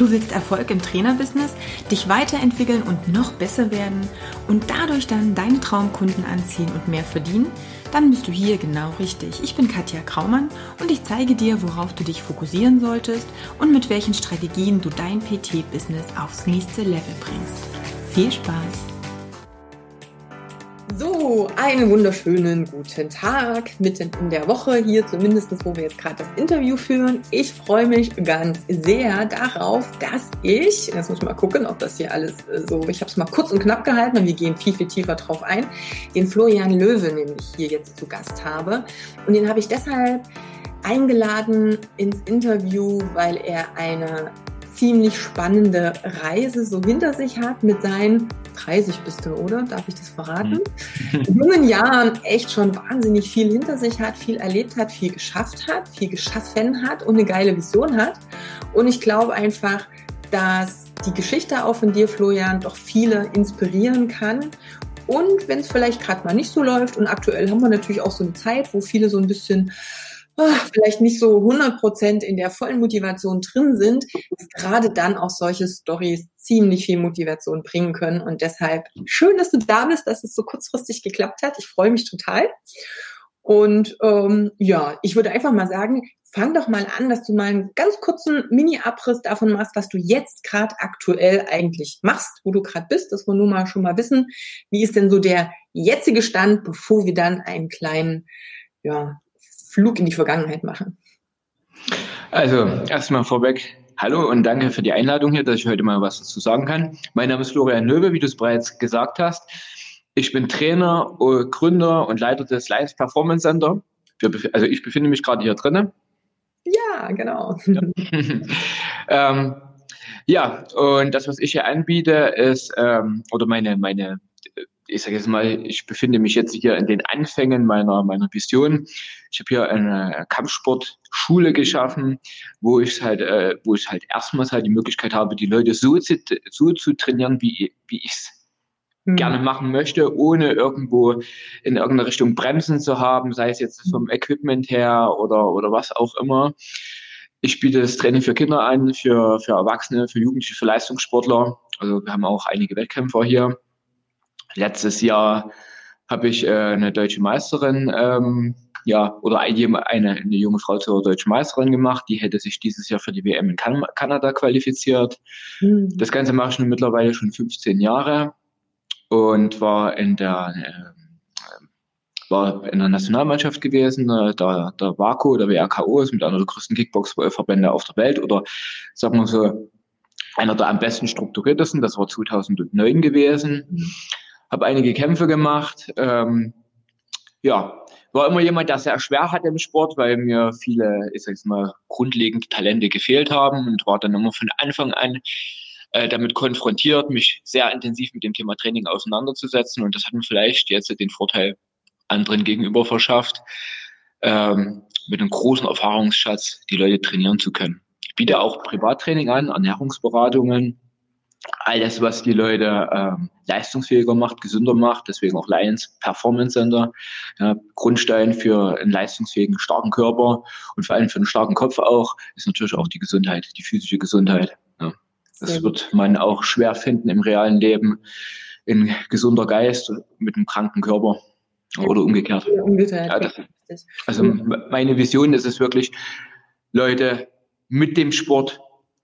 Du willst Erfolg im Trainerbusiness, dich weiterentwickeln und noch besser werden und dadurch dann deine Traumkunden anziehen und mehr verdienen? Dann bist du hier genau richtig. Ich bin Katja Kraumann und ich zeige dir, worauf du dich fokussieren solltest und mit welchen Strategien du dein PT-Business aufs nächste Level bringst. Viel Spaß! So, einen wunderschönen guten Tag, mitten in der Woche hier, zumindest wo wir jetzt gerade das Interview führen. Ich freue mich ganz sehr darauf, dass jetzt muss ich mal gucken, ob das hier alles so, ich habe es mal kurz und knapp gehalten und wir gehen viel, viel tiefer drauf ein, den Florian Löwe nämlich hier jetzt zu Gast habe. Und den habe ich deshalb eingeladen ins Interview, weil er eine ziemlich spannende Reise so hinter sich hat mit seinen 30 bist du, oder? Darf ich das verraten? In jungen Jahren echt schon wahnsinnig viel hinter sich hat, viel erlebt hat, viel geschafft hat, viel geschaffen hat und eine geile Vision hat. Und ich glaube einfach, dass die Geschichte auch von dir, Florian, doch viele inspirieren kann. Und wenn es vielleicht gerade mal nicht so läuft, und aktuell haben wir natürlich auch so eine Zeit, wo viele so ein bisschen vielleicht nicht so 100% in der vollen Motivation drin sind, dass gerade dann auch solche Storys ziemlich viel Motivation bringen können. Und deshalb schön, dass du da bist, dass es so kurzfristig geklappt hat. Ich freue mich total. Und ich würde einfach mal sagen, fang doch mal an, dass du mal einen ganz kurzen Mini-Abriss davon machst, was du jetzt gerade aktuell eigentlich machst, wo du gerade bist, dass wir nur mal schon mal wissen, wie ist denn so der jetzige Stand, bevor wir dann einen kleinen, Flug in die Vergangenheit machen. Also erstmal vorweg, hallo und danke für die Einladung hier, dass ich heute mal was dazu sagen kann. Mein Name ist Florian Löwe, wie du es bereits gesagt hast. Ich bin Trainer, Gründer und Leiter des Lions Performance Center. Also ich befinde mich gerade hier drinnen. Ja, genau. Und das, was ich hier anbiete, ist, ich sage jetzt mal, ich befinde mich jetzt hier in den Anfängen meiner Vision. Ich habe hier eine Kampfsportschule geschaffen, wo ich halt erstmals halt die Möglichkeit habe, die Leute so zu trainieren, wie ich es gerne machen möchte, ohne irgendwo in irgendeine Richtung Bremsen zu haben, sei es jetzt vom Equipment her oder was auch immer. Ich biete das Training für Kinder an, für Erwachsene, für Jugendliche, für Leistungssportler. Also wir haben auch einige Wettkämpfer hier. Letztes Jahr habe ich eine deutsche Meisterin, eine junge Frau zur deutschen Meisterin gemacht. Die hätte sich dieses Jahr für die WM in Kanada qualifiziert. Das Ganze mache ich nun mittlerweile schon 15 Jahre und war in der Nationalmannschaft gewesen. Der WAKO, der WRKO, ist mit einer der größten Kickbox-Verbände auf der Welt oder sagen wir so, einer der am besten strukturiertesten. Das war 2009 gewesen. Habe einige Kämpfe gemacht. War immer jemand, der sehr schwer hat im Sport, weil mir viele, ich sag's mal, grundlegende Talente gefehlt haben und war dann immer von Anfang an damit konfrontiert, mich sehr intensiv mit dem Thema Training auseinanderzusetzen. Und das hat mir vielleicht jetzt den Vorteil anderen gegenüber verschafft, mit einem großen Erfahrungsschatz die Leute trainieren zu können. Ich biete auch Privattraining an, Ernährungsberatungen, alles, was die Leute leistungsfähiger macht, gesünder macht, deswegen auch Lions Performance Center, Grundstein für einen leistungsfähigen, starken Körper und vor allem für einen starken Kopf auch, ist natürlich auch die Gesundheit, die physische Gesundheit. Ja. Das wird man auch schwer finden im realen Leben, ein gesunder Geist mit einem kranken Körper oder umgekehrt. Also meine Vision ist es wirklich, Leute mit dem Sport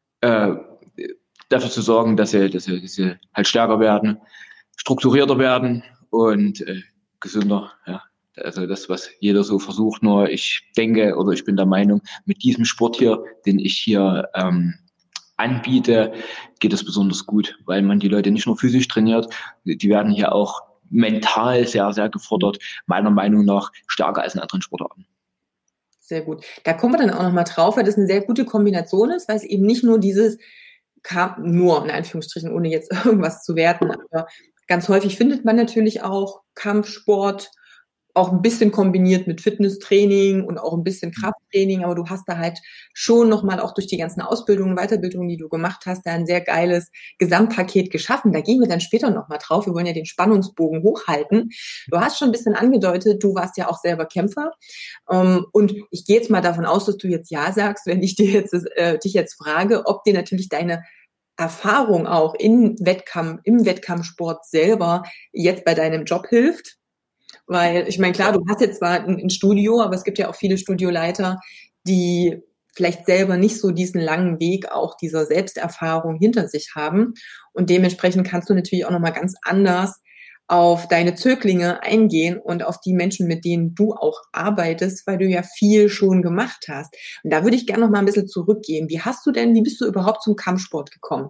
dafür zu sorgen, dass sie halt stärker werden, strukturierter werden und gesünder. Ja. Also das, was jeder so versucht, nur ich denke oder ich bin der Meinung, mit diesem Sport hier, den ich hier anbiete, geht es besonders gut, weil man die Leute nicht nur physisch trainiert, die werden hier auch mental sehr, sehr gefordert, meiner Meinung nach stärker als in anderen Sportarten. Sehr gut. Da kommen wir dann auch nochmal drauf, weil das eine sehr gute Kombination ist, weil es eben nicht nur nur in Anführungsstrichen, ohne jetzt irgendwas zu werten, aber ganz häufig findet man natürlich auch Kampfsport auch ein bisschen kombiniert mit Fitnesstraining und auch ein bisschen Krafttraining, aber du hast da halt schon nochmal auch durch die ganzen Ausbildungen, Weiterbildungen, die du gemacht hast, da ein sehr geiles Gesamtpaket geschaffen. Da gehen wir dann später nochmal drauf. Wir wollen ja den Spannungsbogen hochhalten. Du hast schon ein bisschen angedeutet, du warst ja auch selber Kämpfer. Und ich gehe jetzt mal davon aus, dass du jetzt ja sagst, wenn ich dich jetzt frage, ob dir natürlich deine Erfahrung auch im Wettkampfsport selber jetzt bei deinem Job hilft. Weil, ich meine, klar, du hast jetzt zwar ein Studio, aber es gibt ja auch viele Studioleiter, die vielleicht selber nicht so diesen langen Weg auch dieser Selbsterfahrung hinter sich haben. Und dementsprechend kannst du natürlich auch nochmal ganz anders auf deine Zöglinge eingehen und auf die Menschen, mit denen du auch arbeitest, weil du ja viel schon gemacht hast. Und da würde ich gerne noch mal ein bisschen zurückgehen. Wie bist du überhaupt zum Kampfsport gekommen?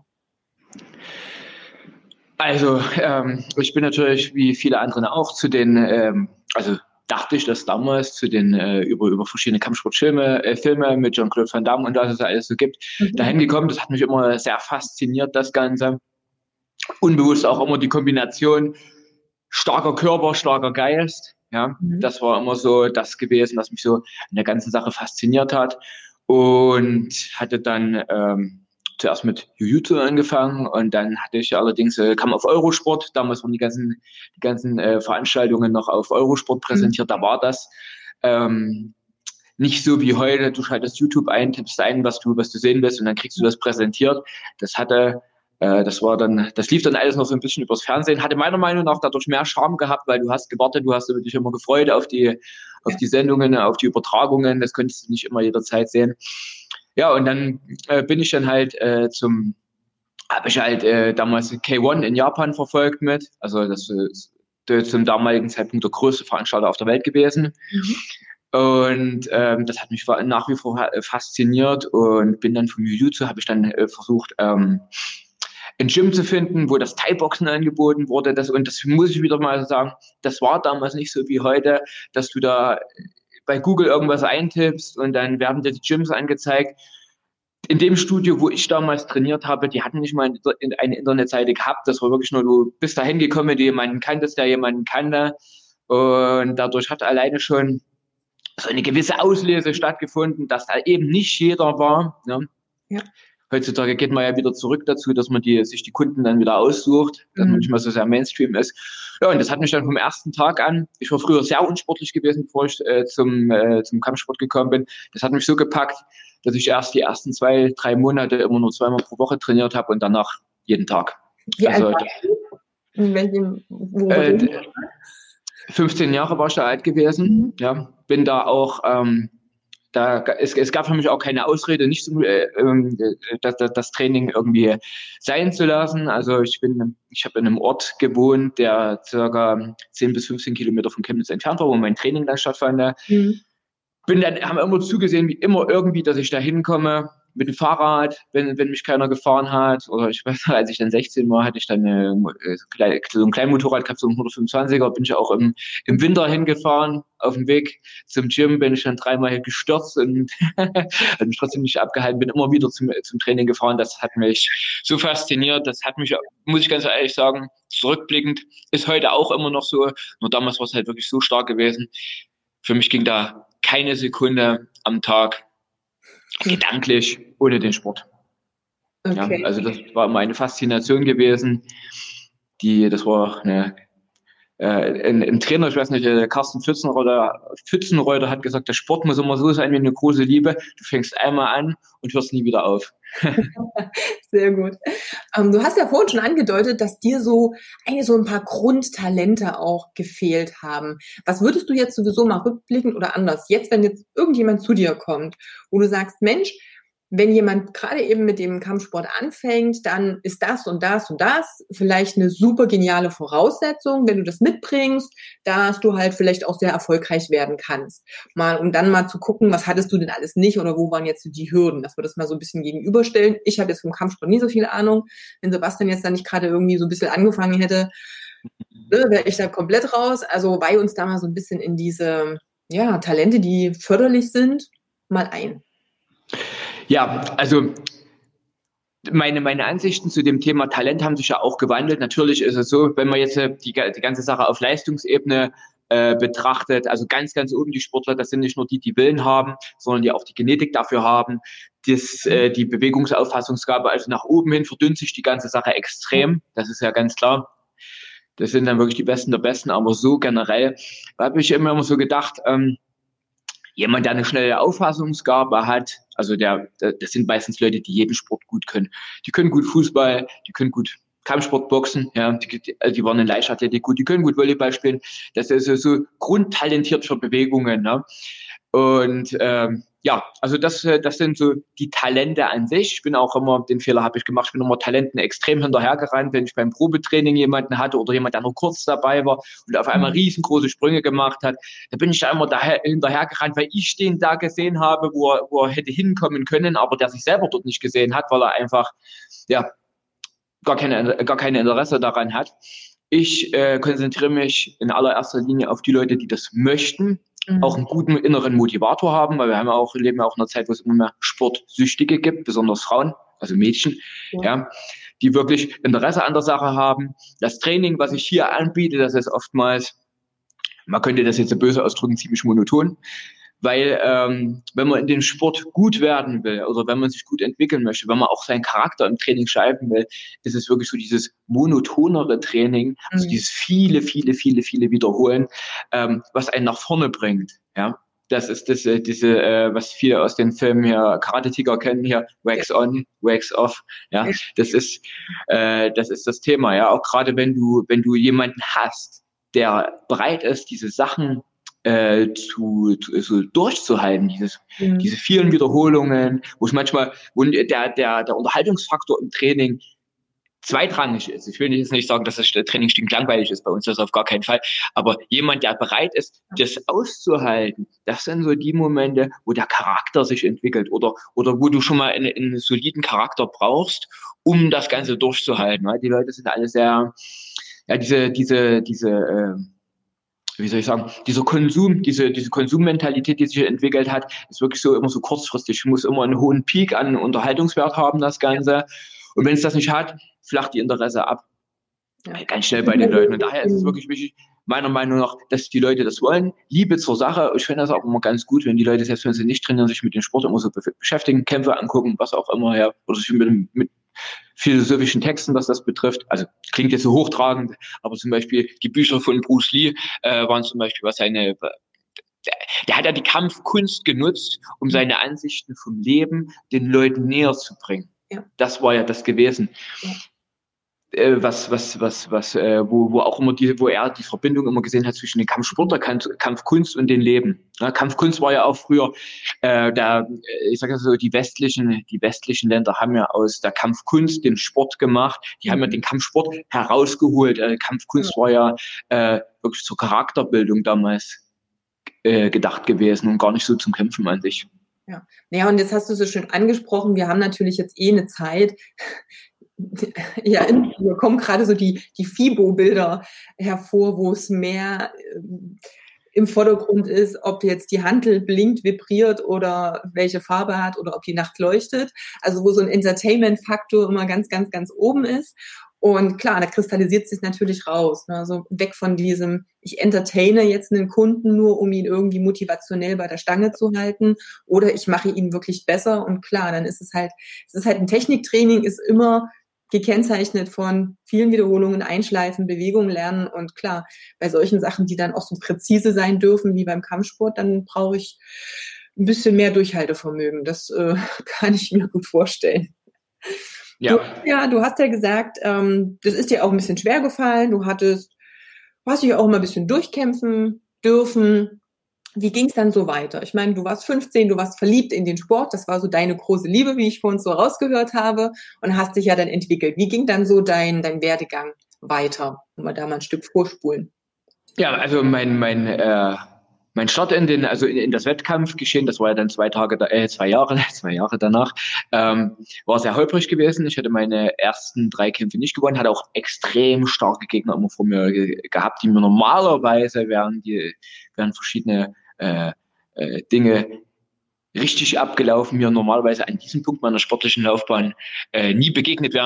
Also, ich bin natürlich wie viele andere auch also dachte ich das damals zu den über verschiedene Kampfsportfilme Filme mit Jean-Claude Van Damme und was es alles so gibt, dahin gekommen. Das hat mich immer sehr fasziniert, das Ganze. Unbewusst auch immer die Kombination starker Körper, starker Geist. Ja, das war immer so das gewesen, was mich so in der ganzen Sache fasziniert hat. Und hatte dann zuerst mit Jiu-Jitsu angefangen und dann hatte ich allerdings, kam auf Eurosport, damals waren die ganzen Veranstaltungen noch auf Eurosport präsentiert, da war das nicht so wie heute, du schaltest YouTube ein, tippst ein, was du sehen willst und dann kriegst du das präsentiert. Das lief dann alles noch so ein bisschen übers Fernsehen, hatte meiner Meinung nach dadurch mehr Charme gehabt, weil du hast gewartet, du hast dich immer gefreut auf die Sendungen, auf die Übertragungen, das konntest du nicht immer jederzeit sehen. Ja, und dann bin ich dann halt habe ich halt damals K1 in Japan verfolgt mit. Also das ist zum damaligen Zeitpunkt der größte Veranstalter auf der Welt gewesen. Und das hat mich nach wie vor fasziniert und bin dann vom Jiu-Jitsu, habe ich dann versucht, ein Gym zu finden, wo das Thai-Boxen angeboten wurde. Und das muss ich wieder mal sagen, das war damals nicht so wie heute, dass du da bei Google irgendwas eintippst und dann werden dir die Gyms angezeigt. In dem Studio, wo ich damals trainiert habe, die hatten nicht mal eine Internetseite gehabt. Das war wirklich nur, du bist da hingekommen, du jemanden kanntest, der jemanden kannte. Und dadurch hat alleine schon so eine gewisse Auslese stattgefunden, dass da eben nicht jeder war. Ne? Ja. Heutzutage geht man ja wieder zurück dazu, dass man sich die Kunden dann wieder aussucht, dass man nicht mehr so sehr Mainstream ist. Ja, und das hat mich dann vom ersten Tag an, ich war früher sehr unsportlich gewesen, bevor ich zum Kampfsport gekommen bin. Das hat mich so gepackt, dass ich erst die ersten 2-3 Monate immer nur 2-mal pro Woche trainiert habe und danach jeden Tag. Wie alt warst du? In welchem, 15 Jahre war ich da alt gewesen. Ja, bin da auch es gab für mich auch keine Ausrede, nicht so, das Training irgendwie sein zu lassen. Also ich habe in einem Ort gewohnt, der circa 10 bis 15 Kilometer von Chemnitz entfernt war, wo mein Training dann stattfand. Haben immer zugesehen, wie immer irgendwie, dass ich da hinkomme mit dem Fahrrad, wenn mich keiner gefahren hat. Oder ich weiß noch, als ich dann 16 war, hatte ich dann so ein kleines Motorrad gehabt, so ein 125er, bin ich auch im Winter hingefahren. Auf dem Weg zum Gym bin ich dann 3-mal gestürzt und hat mich trotzdem nicht abgehalten, bin immer wieder zum Training gefahren. Das hat mich so fasziniert. Das hat mich, muss ich ganz ehrlich sagen, zurückblickend, ist heute auch immer noch so. Nur damals war es halt wirklich so stark gewesen. Für mich ging da keine Sekunde am Tag gedanklich ohne den Sport. Okay. Ja, also das war immer eine Faszination gewesen. Das war ein Trainer, ich weiß nicht, Carsten Pfützenreuter hat gesagt, der Sport muss immer so sein wie eine große Liebe. Du fängst einmal an und hörst nie wieder auf. Sehr gut. Du hast ja vorhin schon angedeutet, dass dir so ein paar Grundtalente auch gefehlt haben. Was würdest du jetzt sowieso mal rückblickend oder anders, wenn jetzt irgendjemand zu dir kommt, wo du sagst, Mensch, wenn jemand gerade eben mit dem Kampfsport anfängt, dann ist das und das und das vielleicht eine super geniale Voraussetzung, wenn du das mitbringst, dass du halt vielleicht auch sehr erfolgreich werden kannst. Um dann mal zu gucken, was hattest du denn alles nicht oder wo waren jetzt die Hürden, dass wir das mal so ein bisschen gegenüberstellen. Ich habe jetzt vom Kampfsport nie so viel Ahnung. Wenn Sebastian jetzt da nicht gerade irgendwie so ein bisschen angefangen hätte, wäre ich da komplett raus. Also weih uns da mal so ein bisschen in diese Talente, die förderlich sind, mal ein. Ja, also meine Ansichten zu dem Thema Talent haben sich ja auch gewandelt. Natürlich ist es so, wenn man jetzt die ganze Sache auf Leistungsebene betrachtet, also ganz, ganz oben die Sportler, das sind nicht nur die, die Willen haben, sondern die auch die Genetik dafür haben. Die Bewegungsauffassungsgabe, also nach oben hin verdünnt sich die ganze Sache extrem, das ist ja ganz klar. Das sind dann wirklich die Besten der Besten, aber so generell habe ich immer so gedacht, jemand, der eine schnelle Auffassungsgabe hat, also das sind meistens Leute, die jeden Sport gut können. Die können gut Fußball, die können gut Kampfsport, Boxen, ja, die waren in Leichtathletik gut, die können gut Volleyball spielen. Das ist so grundtalentiert für Bewegungen, ne? Und ja, also das sind so die Talente an sich. Ich bin auch immer, den Fehler habe ich gemacht, ich bin immer Talenten extrem hinterhergerannt, wenn ich beim Probetraining jemanden hatte oder jemand, der nur kurz dabei war und auf einmal riesengroße Sprünge gemacht hat, da bin ich da immer hinterhergerannt, weil ich den da gesehen habe, wo er hätte hinkommen können, aber der sich selber dort nicht gesehen hat, weil er einfach ja gar kein Interesse daran hat. Ich konzentriere mich in allererster Linie auf die Leute, die das möchten, auch einen guten inneren Motivator haben, weil leben ja auch in einer Zeit, wo es immer mehr Sportsüchtige gibt, besonders Frauen, also Mädchen, ja, die wirklich Interesse an der Sache haben. Das Training, was ich hier anbiete, das ist oftmals, man könnte das jetzt so böse ausdrücken, ziemlich monoton. Weil wenn man in den Sport gut werden will oder wenn man sich gut entwickeln möchte, wenn man auch seinen Charakter im Training schreiben will, ist es wirklich so dieses monotonere Training, also dieses viele Wiederholen, was einen nach vorne bringt. Ja, das ist was viele aus den Filmen hier Karate-Tiger kennen hier, Wax on, Wax off. Ja, das ist das Thema. Ja, auch gerade wenn du jemanden hast, der bereit ist, diese Sachen so durchzuhalten, diese vielen Wiederholungen, wo der Unterhaltungsfaktor im Training zweitrangig ist. Ich will jetzt nicht sagen, dass das Training stinklangweilig ist bei uns, das auf gar keinen Fall. Aber jemand, der bereit ist, das auszuhalten, das sind so die Momente, wo der Charakter sich entwickelt oder wo du schon mal einen soliden Charakter brauchst, um das Ganze durchzuhalten. Weil die Leute sind alle sehr, ja, wie soll ich sagen, diese Konsummentalität, die sich entwickelt hat, ist wirklich so immer so kurzfristig. Muss immer einen hohen Peak an Unterhaltungswert haben, das Ganze. Und wenn es das nicht hat, flacht die Interesse ab. Ja. Ganz schnell bei den Leuten. Und daher ist es wirklich wichtig, meiner Meinung nach, dass die Leute das wollen. Liebe zur Sache. Ich finde das auch immer ganz gut, wenn die Leute, selbst wenn sie nicht trainieren, sich mit dem Sport immer so beschäftigen, Kämpfe angucken, was auch immer, ja, oder sich mit philosophischen Texten, was das betrifft. Also klingt jetzt so hochtragend, aber zum Beispiel die Bücher von Bruce Lee waren zum Beispiel, der hat ja die Kampfkunst genutzt, um seine Ansichten vom Leben den Leuten näher zu bringen. Ja. Das war ja das gewesen. Ja. Wo auch immer wo er die Verbindung immer gesehen hat zwischen dem Kampfsport, der Kampfkunst und dem Leben. Ja, Kampfkunst war ja auch früher, ich sage so, die westlichen Länder haben ja aus der Kampfkunst den Sport gemacht. Die haben ja den Kampfsport herausgeholt. Kampfkunst war ja wirklich zur Charakterbildung damals gedacht gewesen und gar nicht so zum Kämpfen an sich. Ja, naja, und jetzt hast du so schön angesprochen, wir haben natürlich jetzt eine Zeit, ja, mir kommen gerade so die FIBO-Bilder hervor, wo es mehr im Vordergrund ist, ob jetzt die Hantel blinkt, vibriert oder welche Farbe hat oder ob die nachts leuchtet. Also wo so ein Entertainment-Faktor immer ganz, ganz, ganz oben ist. Und klar, da kristallisiert sich natürlich raus. Ne? Also weg von diesem, ich entertaine jetzt einen Kunden nur, um ihn irgendwie motivationell bei der Stange zu halten, oder ich mache ihn wirklich besser. Und klar, dann ist es halt ein Techniktraining, ist immer gekennzeichnet von vielen Wiederholungen, Einschleifen, Bewegungen lernen. Und klar, bei solchen Sachen, die dann auch so präzise sein dürfen wie beim Kampfsport, dann brauche ich ein bisschen mehr Durchhaltevermögen. Das kann ich mir gut vorstellen. Ja. Du hast ja gesagt, das ist dir auch ein bisschen schwer gefallen. Du hast dich auch immer ein bisschen durchkämpfen dürfen. Wie ging es dann so weiter? Ich meine, du warst 15, du warst verliebt in den Sport. Das war so deine große Liebe, wie ich vorhin so rausgehört habe, und hast dich ja dann entwickelt. Wie ging dann so dein Werdegang weiter? Wenn wir da mal ein Stück vorspulen. Ja, also mein Start in das Wettkampfgeschehen, das war ja dann 2 Jahre danach, war sehr holprig gewesen. Ich hatte meine ersten 3 Kämpfe nicht gewonnen, hatte auch extrem starke Gegner immer vor mir gehabt, die mir normalerweise wären verschiedene Dinge richtig abgelaufen, mir normalerweise an diesem Punkt meiner sportlichen Laufbahn nie begegnet wären.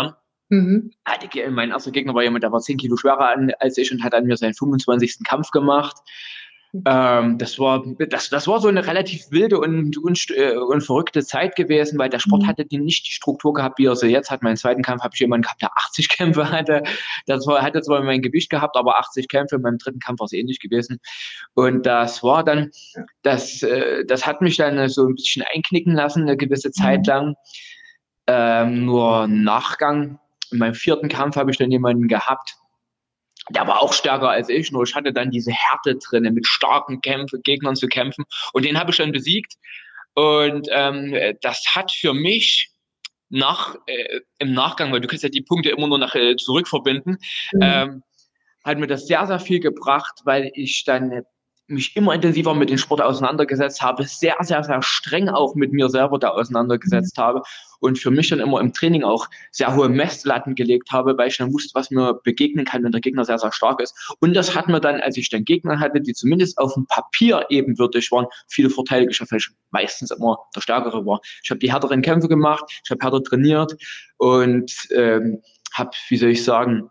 Mein erster Gegner war jemand, der war 10 Kilo schwerer als ich und hat an mir seinen 25. Kampf gemacht. Das war so eine relativ wilde und verrückte Zeit gewesen, weil der Sport hatte nicht die Struktur gehabt, wie er sie jetzt hat. Meinen zweiten Kampf habe ich jemanden gehabt, der 80 Kämpfe hatte. Hatte zwar mein Gewicht gehabt, aber 80 Kämpfe. In meinem dritten Kampf war es ähnlich gewesen. Und das war dann, das hat mich dann so ein bisschen einknicken lassen, eine gewisse Zeit lang. Nur im Nachgang, in meinem vierten Kampf habe ich dann jemanden gehabt, der war auch stärker als ich, nur ich hatte dann diese Härte drin, mit starken Gegnern zu kämpfen. Und den habe ich dann besiegt. Und das hat für mich im Nachgang, weil du kannst ja die Punkte immer nur zurückverbinden, hat mir das sehr, sehr viel gebracht, weil ich dann mich immer intensiver mit dem Sport auseinandergesetzt habe, sehr, sehr, sehr streng auch mit mir selber da auseinandergesetzt habe und für mich dann immer im Training auch sehr hohe Messlatten gelegt habe, weil ich dann wusste, was mir begegnen kann, wenn der Gegner sehr, sehr stark ist. Und das hat mir dann, als ich dann Gegner hatte, die zumindest auf dem Papier ebenbürtig waren, viele Vorteile geschafft, weil ich meistens immer der Stärkere war. Ich habe die härteren Kämpfe gemacht, ich habe härter trainiert und habe, wie soll ich sagen,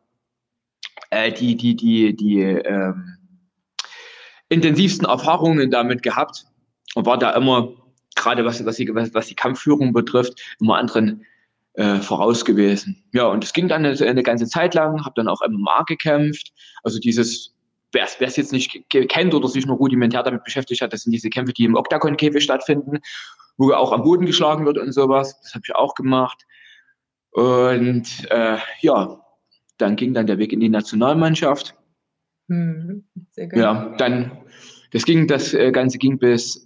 die intensivsten Erfahrungen damit gehabt und war da immer, gerade was die Kampfführung betrifft, immer anderen voraus gewesen. Ja, und es ging dann eine ganze Zeit lang, habe dann auch MMA gekämpft. Also wer es jetzt nicht kennt oder sich nur rudimentär damit beschäftigt hat, das sind diese Kämpfe, die im Oktagon-Käfig stattfinden, wo auch am Boden geschlagen wird und sowas. Das habe ich auch gemacht. Und dann ging dann der Weg in die Nationalmannschaft. Sehr geil. Ja, das Ganze ging bis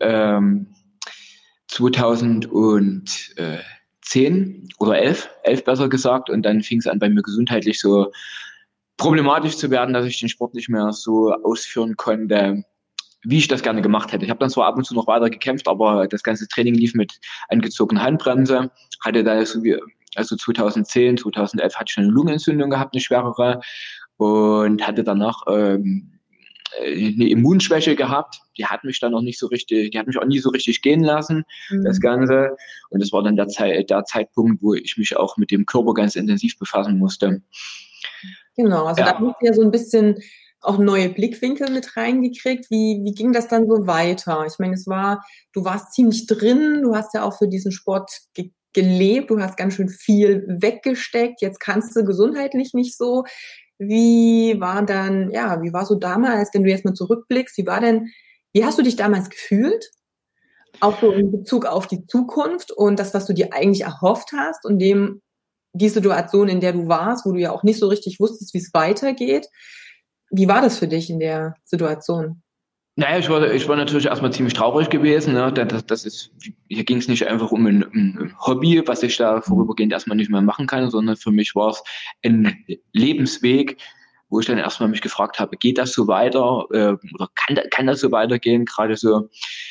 2010 oder 11 besser gesagt, und dann fing es an, bei mir gesundheitlich so problematisch zu werden, dass ich den Sport nicht mehr so ausführen konnte, wie ich das gerne gemacht hätte. Ich habe dann zwar ab und zu noch weiter gekämpft, aber das ganze Training lief mit angezogener Handbremse, hatte da also 2010, 2011 hatte ich eine Lungenentzündung gehabt, eine schwerere, und hatte danach eine Immunschwäche gehabt. Die hat mich auch nie so richtig gehen lassen, das Ganze. Und das war dann der Zeitpunkt, wo ich mich auch mit dem Körper ganz intensiv befassen musste. Genau, also da hast du ja so ein bisschen auch neue Blickwinkel mit reingekriegt. Wie ging das dann so weiter? Ich meine, du warst ziemlich drin, du hast ja auch für diesen Sport gelebt, du hast ganz schön viel weggesteckt, jetzt kannst du gesundheitlich nicht so. Wie war so damals, wenn du jetzt mal zurückblickst, wie hast du dich damals gefühlt? Auch so in Bezug auf die Zukunft und das, was du dir eigentlich erhofft hast und die Situation, in der du warst, wo du ja auch nicht so richtig wusstest, wie es weitergeht. Wie war das für dich in der Situation? Naja, ich war natürlich erstmal ziemlich traurig gewesen. Ne? Hier ging es nicht einfach um ein Hobby, was ich da vorübergehend erstmal nicht mehr machen kann, sondern für mich war es ein Lebensweg, wo ich dann erstmal mich gefragt habe, geht das so weiter oder kann das so weitergehen? Gerade so,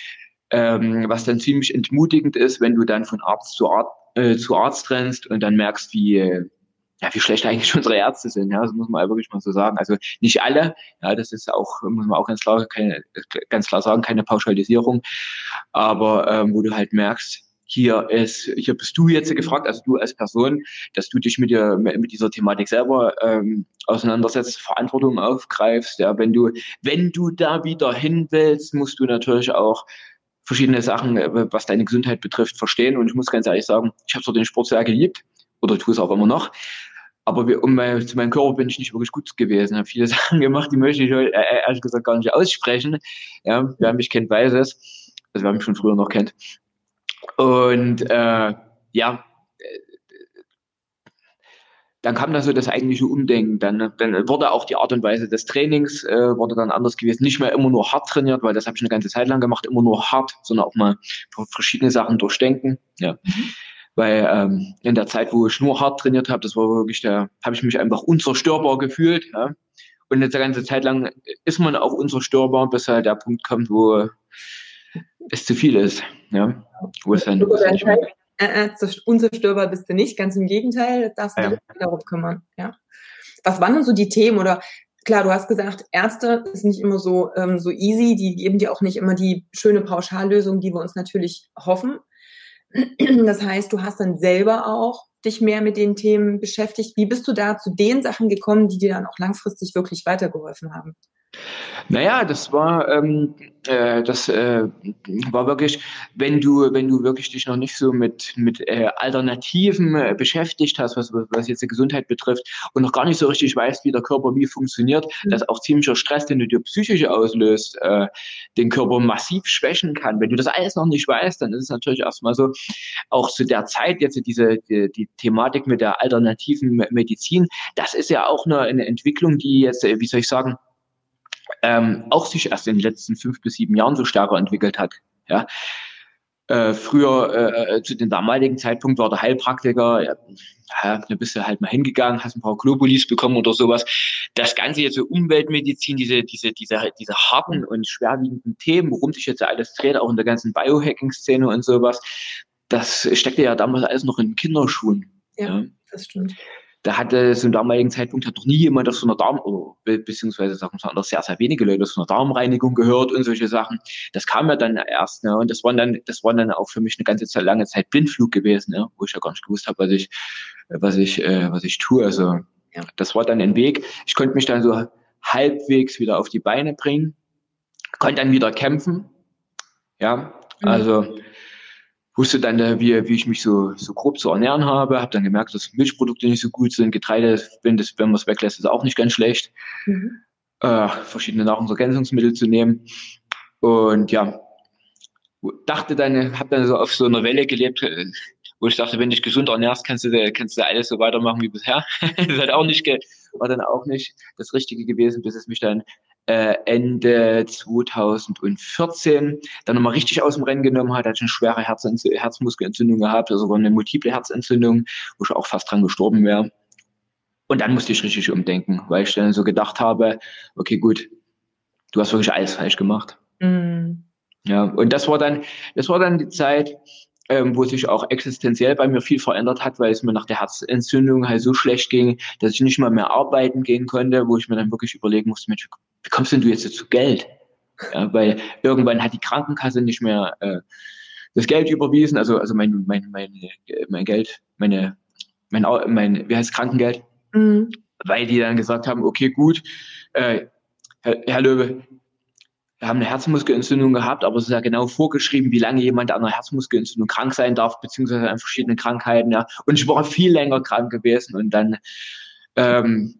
was dann ziemlich entmutigend ist, wenn du dann von Arzt zu Arzt rennst und dann merkst, wie schlecht eigentlich unsere Ärzte sind, ja, das muss man wirklich mal so sagen. Also nicht alle, ja, das ist auch, muss man auch ganz klar sagen, keine Pauschalisierung, aber wo du halt merkst, hier bist du jetzt gefragt, also du als Person, dass du dich mit dieser Thematik selber auseinandersetzt, Verantwortung aufgreifst, ja, wenn du da wieder hin willst, musst du natürlich auch verschiedene Sachen, was deine Gesundheit betrifft, verstehen. Und ich muss ganz ehrlich sagen, ich habe zwar den Sport sehr geliebt, oder tue es auch immer noch, aber zu meinem Körper bin ich nicht wirklich gut gewesen. Ich habe viele Sachen gemacht, die möchte ich heute ehrlich gesagt gar nicht aussprechen. Ja, wer mich kennt, weiß es. Also wer mich schon früher noch kennt. Und dann kam da so das eigentliche Umdenken. Dann wurde auch die Art und Weise des Trainings wurde dann anders gewesen. Nicht mehr immer nur hart trainiert, weil das habe ich eine ganze Zeit lang gemacht, immer nur hart, sondern auch mal verschiedene Sachen durchdenken. Ja. Weil in der Zeit, wo ich nur hart trainiert habe, das war wirklich habe ich mich einfach unzerstörbar gefühlt. Ja? Und eine ganze Zeit lang ist man auch unzerstörbar, bis halt der Punkt kommt, wo es zu viel ist. Ja? Wo es dann unzerstörbar bist du nicht, ganz im Gegenteil, darfst du dich darum kümmern. Ja. Was waren denn so die Themen? Oder klar, du hast gesagt, Ärzte ist nicht immer so easy, die geben dir auch nicht immer die schöne Pauschallösung, die wir uns natürlich hoffen. Das heißt, du hast dann selber auch dich mehr mit den Themen beschäftigt. Wie bist du da zu den Sachen gekommen, die dir dann auch langfristig wirklich weitergeholfen haben? Naja, das war wirklich, wenn du wirklich dich noch nicht so mit Alternativen beschäftigt hast, was jetzt die Gesundheit betrifft und noch gar nicht so richtig weißt, wie der Körper wie funktioniert, dass auch ziemlicher Stress, den du dir psychisch auslöst, den Körper massiv schwächen kann. Wenn du das alles noch nicht weißt, dann ist es natürlich erstmal so, auch zu der Zeit jetzt die Thematik mit der alternativen Medizin, das ist ja auch eine Entwicklung, die jetzt, wie soll ich sagen, auch sich erst in den letzten 5 bis 7 Jahren so stärker entwickelt hat. Ja. Früher, zu dem damaligen Zeitpunkt war der Heilpraktiker, da bist du halt mal hingegangen, hast ein paar Globulis bekommen oder sowas. Das Ganze jetzt so Umweltmedizin, diese harten und schwerwiegenden Themen, worum sich jetzt alles dreht, auch in der ganzen Biohacking-Szene und sowas, das steckte ja damals alles noch in Kinderschuhen. Ja, das stimmt. Da hatte zum damaligen Zeitpunkt hat noch nie jemand auf so einer beziehungsweise sagen wir mal, sehr, sehr wenige Leute auf so einer Darmreinigung gehört und solche Sachen. Das kam ja dann erst, ne? Und das waren dann auch für mich eine ganze Zeit, lange Zeit Blindflug gewesen, ne? Wo ich ja gar nicht gewusst habe, was ich tue. Also, ja, das war dann ein Weg. Ich konnte mich dann so halbwegs wieder auf die Beine bringen, konnte dann wieder kämpfen. Ja, also, wusste dann, wie ich mich so grob zu ernähren habe, habe dann gemerkt, dass Milchprodukte nicht so gut sind, Getreide, wenn man es weglässt, ist auch nicht ganz schlecht. Verschiedene Nahrungsergänzungsmittel zu nehmen. Und ja, habe dann so auf so einer Welle gelebt, wo ich dachte, wenn du dich gesund ernährst, kannst du alles so weitermachen wie bisher. Das war dann auch nicht das Richtige gewesen, bis es mich dann Ende 2014 dann nochmal richtig aus dem Rennen genommen hat, hatte ich eine schwere Herzmuskelentzündung gehabt, also eine multiple Herzentzündung, wo ich auch fast dran gestorben wäre. Und dann musste ich richtig umdenken, weil ich dann so gedacht habe, okay, gut, du hast wirklich alles falsch gemacht. Ja, und das war dann die Zeit, wo sich auch existenziell bei mir viel verändert hat, weil es mir nach der Herzentzündung halt so schlecht ging, dass ich nicht mal mehr arbeiten gehen konnte, wo ich mir dann wirklich überlegen musste, Mensch, wie kommst denn du jetzt zu Geld? Ja, weil irgendwann hat die Krankenkasse nicht mehr das Geld überwiesen, also mein Geld, wie heißt Krankengeld? Weil die dann gesagt haben, okay, gut, Herr Löwe, wir haben eine Herzmuskelentzündung gehabt, aber es ist ja genau vorgeschrieben, wie lange jemand an einer Herzmuskelentzündung krank sein darf, beziehungsweise an verschiedenen Krankheiten. Ja. Und ich war viel länger krank gewesen und dann, dann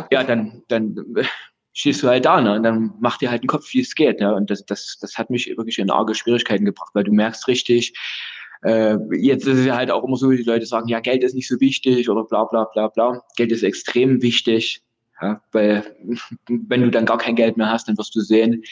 stehst du halt da, ne? Und dann macht dir halt den Kopf, wie es geht. Ja. Und das hat mich wirklich in arge Schwierigkeiten gebracht, weil du merkst richtig, jetzt ist es ja halt auch immer so, die Leute sagen, ja, Geld ist nicht so wichtig oder bla bla bla bla. Geld ist extrem wichtig, ja, weil wenn du dann gar kein Geld mehr hast, dann wirst du sehen,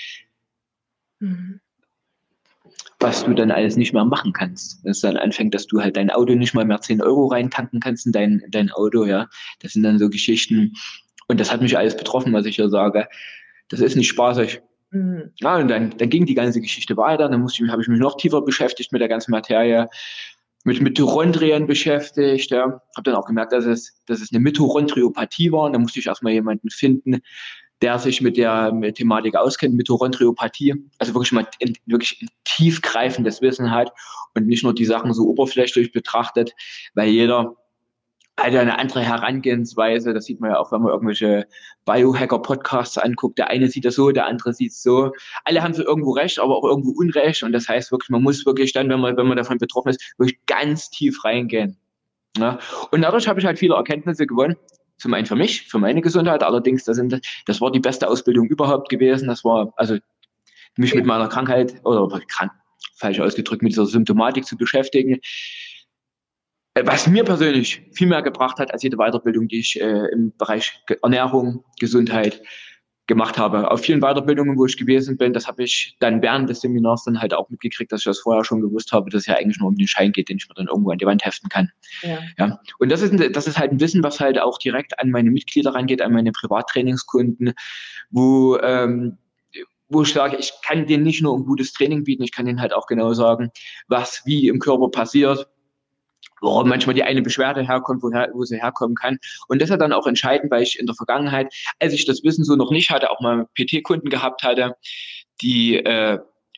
was du dann alles nicht mehr machen kannst. Wenn es dann anfängt, dass du halt dein Auto nicht mal mehr 10 Euro reintanken kannst in dein Auto, ja. Das sind dann so Geschichten. Und das hat mich alles betroffen, was ich hier sage. Das ist nicht spaßig. Ja, und dann ging die ganze Geschichte weiter. Dann habe ich mich noch tiefer beschäftigt mit der ganzen Materie, mit Mitochondrien beschäftigt. Ja. Habe dann auch gemerkt, dass es eine Mitochondriopathie war. Und da musste ich erstmal jemanden finden, der sich mit der Thematik auskennt, Mitochondriopathie, also wirklich ein tiefgreifendes Wissen hat und nicht nur die Sachen so oberflächlich betrachtet, weil jeder hat ja eine andere Herangehensweise. Das sieht man ja auch, wenn man irgendwelche Biohacker-Podcasts anguckt. Der eine sieht das so, der andere sieht es so. Alle haben so irgendwo recht, aber auch irgendwo Unrecht. Und das heißt wirklich, man muss wirklich dann, wenn man davon betroffen ist, wirklich ganz tief reingehen. Ja? Und dadurch habe ich halt viele Erkenntnisse gewonnen. Zum einen für mich, für meine Gesundheit. Allerdings, das war die beste Ausbildung überhaupt gewesen. Das war, also mich mit meiner Krankheit falsch ausgedrückt, mit dieser Symptomatik zu beschäftigen. Was mir persönlich viel mehr gebracht hat als jede Weiterbildung, die ich im Bereich Ernährung, Gesundheit gemacht habe. Auf vielen Weiterbildungen, wo ich gewesen bin, das habe ich dann während des Seminars dann halt auch mitgekriegt, dass ich das vorher schon gewusst habe, dass es ja eigentlich nur um den Schein geht, den ich mir dann irgendwo an die Wand heften kann. Ja. Und das ist halt ein Wissen, was halt auch direkt an meine Mitglieder rangeht, an meine Privattrainingskunden, wo ich sage, ich kann denen nicht nur ein gutes Training bieten, ich kann denen halt auch genau sagen, was wie im Körper passiert, warum manchmal die eine Beschwerde herkommt, wo sie herkommen kann. Und das ist dann auch entscheidend, weil ich in der Vergangenheit, als ich das Wissen so noch nicht hatte, auch mal PT-Kunden gehabt hatte, die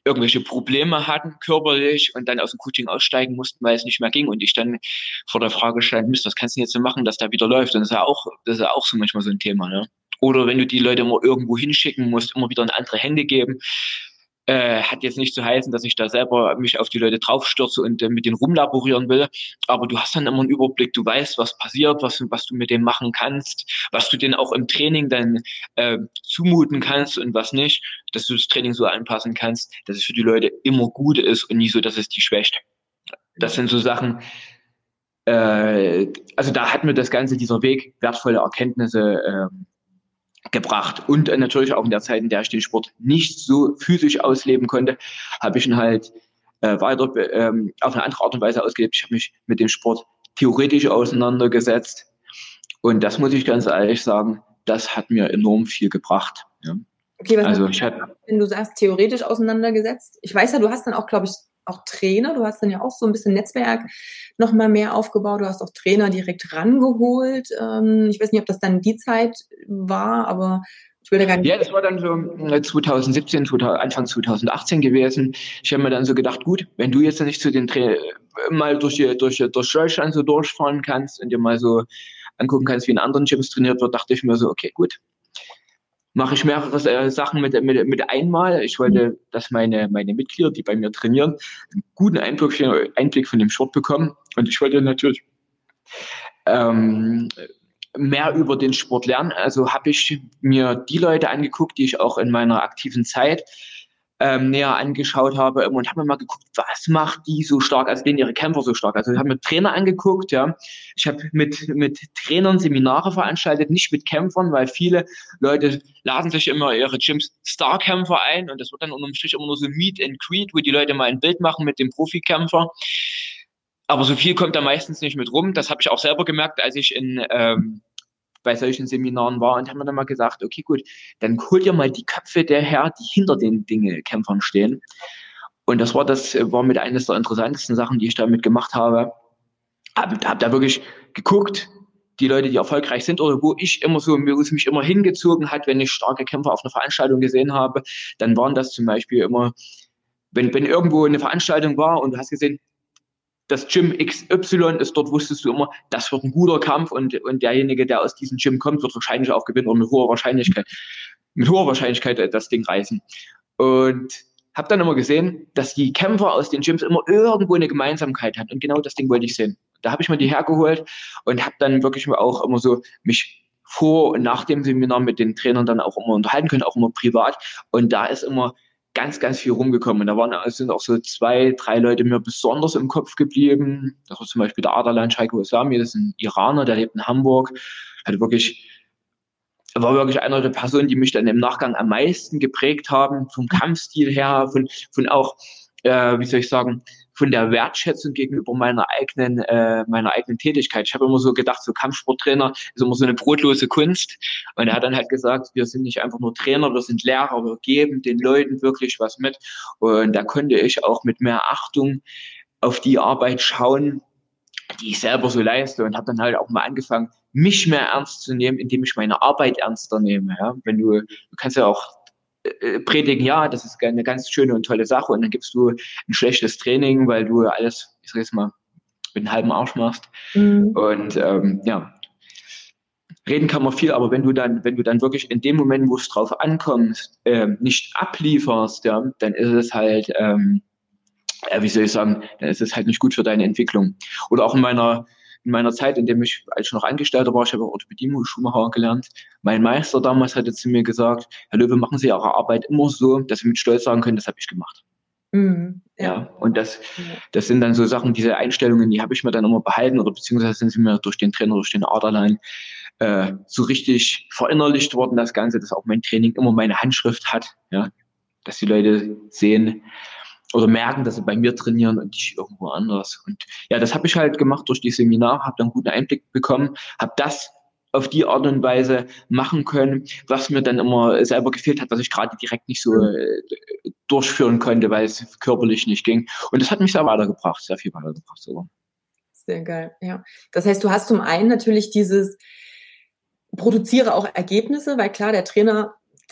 irgendwelche Probleme hatten körperlich und dann aus dem Coaching aussteigen mussten, weil es nicht mehr ging und ich dann vor der Frage stand, Mist, was kannst du denn jetzt so machen, dass da wieder läuft? Und das ist ja auch so manchmal so ein Thema, ne? Oder wenn du die Leute immer irgendwo hinschicken musst, immer wieder in andere Hände geben. Hat jetzt nicht zu heißen, dass ich da selber mich auf die Leute draufstürze und mit denen rumlaborieren will. Aber du hast dann immer einen Überblick, du weißt, was passiert, was du mit denen machen kannst, was du denen auch im Training dann zumuten kannst und was nicht, dass du das Training so anpassen kannst, dass es für die Leute immer gut ist und nicht so, dass es die schwächt. Das sind so Sachen, also da hat mir das Ganze, dieser Weg, wertvolle Erkenntnisse gebracht. Und natürlich auch in der Zeit, in der ich den Sport nicht so physisch ausleben konnte, habe ich ihn halt weiter auf eine andere Art und Weise ausgelebt. Ich habe mich mit dem Sport theoretisch auseinandergesetzt. Und das muss ich ganz ehrlich sagen, das hat mir enorm viel gebracht. Ja. Okay, was also wenn du sagst, theoretisch auseinandergesetzt? Ich weiß ja, du hast dann auch, glaube ich, auch Trainer, du hast dann ja auch so ein bisschen Netzwerk noch mal mehr aufgebaut, du hast auch Trainer direkt rangeholt. Ich weiß nicht, ob das dann die Zeit war, aber ich will da gar nicht... Ja, das war dann so 2017, Anfang 2018 gewesen. Ich habe mir dann so gedacht, gut, wenn du jetzt nicht zu den mal durch Deutschland so durchfahren kannst und dir mal so angucken kannst, wie in anderen Gyms trainiert wird, dachte ich mir so, okay, gut, mache ich mehrere Sachen mit einmal. Ich wollte, dass meine Mitglieder, die bei mir trainieren, einen guten Einblick von dem Sport bekommen. Und ich wollte natürlich mehr über den Sport lernen. Also habe ich mir die Leute angeguckt, die ich auch in meiner aktiven Zeit näher angeschaut habe und habe mir mal geguckt, was macht die so stark, also den ihre Kämpfer so stark. Also ich habe mir Trainer angeguckt, ja. Ich habe mit Trainern Seminare veranstaltet, nicht mit Kämpfern, weil viele Leute laden sich immer ihre Gyms Starkämpfer ein und das wird dann unterm Strich immer nur so Meet and Greet, wo die Leute mal ein Bild machen mit dem Profikämpfer. Aber so viel kommt da meistens nicht mit rum. Das habe ich auch selber gemerkt, als ich bei solchen Seminaren war und haben mir dann mal gesagt, okay, gut, dann hol dir mal die Köpfe der her, die hinter den Kämpfern stehen. Und das war mit eines der interessantesten Sachen, die ich damit gemacht habe. Hab da wirklich geguckt, die Leute, die erfolgreich sind oder wo es mich immer hingezogen hat, wenn ich starke Kämpfer auf einer Veranstaltung gesehen habe, dann waren das zum Beispiel immer, wenn irgendwo eine Veranstaltung war und du hast gesehen, das Gym XY ist dort, wusstest du immer, das wird ein guter Kampf und derjenige, der aus diesem Gym kommt, wird wahrscheinlich auch gewinnen oder mit hoher Wahrscheinlichkeit das Ding reißen. Und habe dann immer gesehen, dass die Kämpfer aus den Gyms immer irgendwo eine Gemeinsamkeit hatten und genau das Ding wollte ich sehen. Da habe ich mir die hergeholt und habe dann wirklich auch immer so mich vor und nach dem Seminar mit den Trainern dann auch immer unterhalten können, auch immer privat. Und da ist immer ganz, ganz viel rumgekommen. Und sind auch so 2, 3 Leute mir besonders im Kopf geblieben. Das war zum Beispiel der Ardalan Shaikh-Osami, das ist ein Iraner, der lebt in Hamburg. War wirklich einer der Personen, die mich dann im Nachgang am meisten geprägt haben, vom Kampfstil her, von auch, wie soll ich sagen, von der Wertschätzung gegenüber meiner eigenen Tätigkeit. Ich habe immer so gedacht, so Kampfsporttrainer ist immer so eine brotlose Kunst. Und er hat dann halt gesagt, wir sind nicht einfach nur Trainer, wir sind Lehrer, wir geben den Leuten wirklich was mit. Und da konnte ich auch mit mehr Achtung auf die Arbeit schauen, die ich selber so leiste und habe dann halt auch mal angefangen, mich mehr ernst zu nehmen, indem ich meine Arbeit ernster nehme. Ja? Du kannst ja auch predigen, ja, das ist eine ganz schöne und tolle Sache und dann gibst du ein schlechtes Training, weil du alles, ich sag jetzt mal, mit einem halben Arsch machst. Und ja, reden kann man viel, aber wenn du dann wirklich in dem Moment, wo es drauf ankommt, nicht ablieferst, ja, dann ist es halt, wie soll ich sagen, dann ist es halt nicht gut für deine Entwicklung. Oder auch in meiner Zeit, als ich noch Angestellter war, ich habe Orthopädie-Schuhmacher gelernt. Mein Meister damals hatte zu mir gesagt, Herr Löwe, machen Sie Ihre Arbeit immer so, dass Sie mit Stolz sagen können, das habe ich gemacht. Ja, und das sind dann so Sachen, diese Einstellungen, die habe ich mir dann immer behalten oder beziehungsweise sind sie mir durch den Trainer, durch den Ardalan so richtig verinnerlicht worden, das Ganze, dass auch mein Training immer meine Handschrift hat, ja, dass die Leute sehen oder merken, dass sie bei mir trainieren und nicht irgendwo anders. Und ja, das habe ich halt gemacht durch die Seminare, habe dann einen guten Einblick bekommen, habe das auf die Art und Weise machen können, was mir dann immer selber gefehlt hat, was ich gerade direkt nicht so durchführen konnte, weil es körperlich nicht ging. Und das hat mich sehr weitergebracht, sehr viel weitergebracht sogar. Sehr geil, ja. Das heißt, du hast zum einen natürlich dieses produziere auch Ergebnisse, weil klar, der Trainer,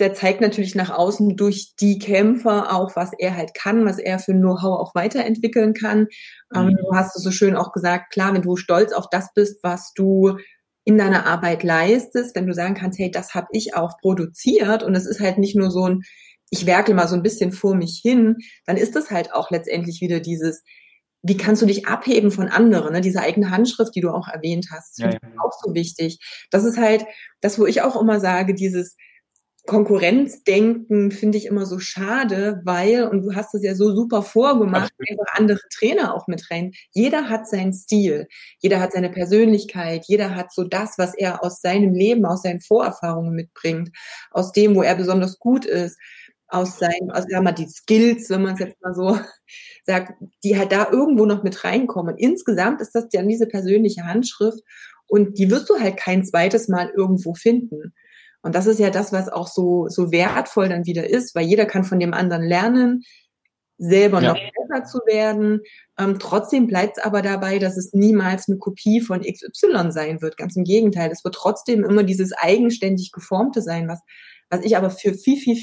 der zeigt natürlich nach außen durch die Kämpfer auch, was er halt kann, was er für Know-how auch weiterentwickeln kann. Du hast es so schön auch gesagt, klar, wenn du stolz auf das bist, was du in deiner Arbeit leistest, wenn du sagen kannst, hey, das habe ich auch produziert und es ist halt nicht nur so ein, ich werkel mal so ein bisschen vor mich hin, dann ist das halt auch letztendlich wieder dieses, wie kannst du dich abheben von anderen, ne? Diese eigene Handschrift, die du auch erwähnt hast, das finde ich auch so wichtig. Das ist halt das, wo ich auch immer sage, dieses Konkurrenzdenken finde ich immer so schade, weil, und du hast es ja so super vorgemacht, einfach andere Trainer auch mit rein. Jeder hat seinen Stil, jeder hat seine Persönlichkeit, jeder hat so das, was er aus seinem Leben, aus seinen Vorerfahrungen mitbringt, aus dem, wo er besonders gut ist, sagen wir, die Skills, wenn man es jetzt mal so sagt, die halt da irgendwo noch mit reinkommen. Insgesamt ist das dann diese persönliche Handschrift und die wirst du halt kein zweites Mal irgendwo finden. Und das ist ja das, was auch so wertvoll dann wieder ist, weil jeder kann von dem anderen lernen, selber noch besser zu werden. Trotzdem bleibt es aber dabei, dass es niemals eine Kopie von XY sein wird. Ganz im Gegenteil. Es wird trotzdem immer dieses eigenständig Geformte sein, was ich aber für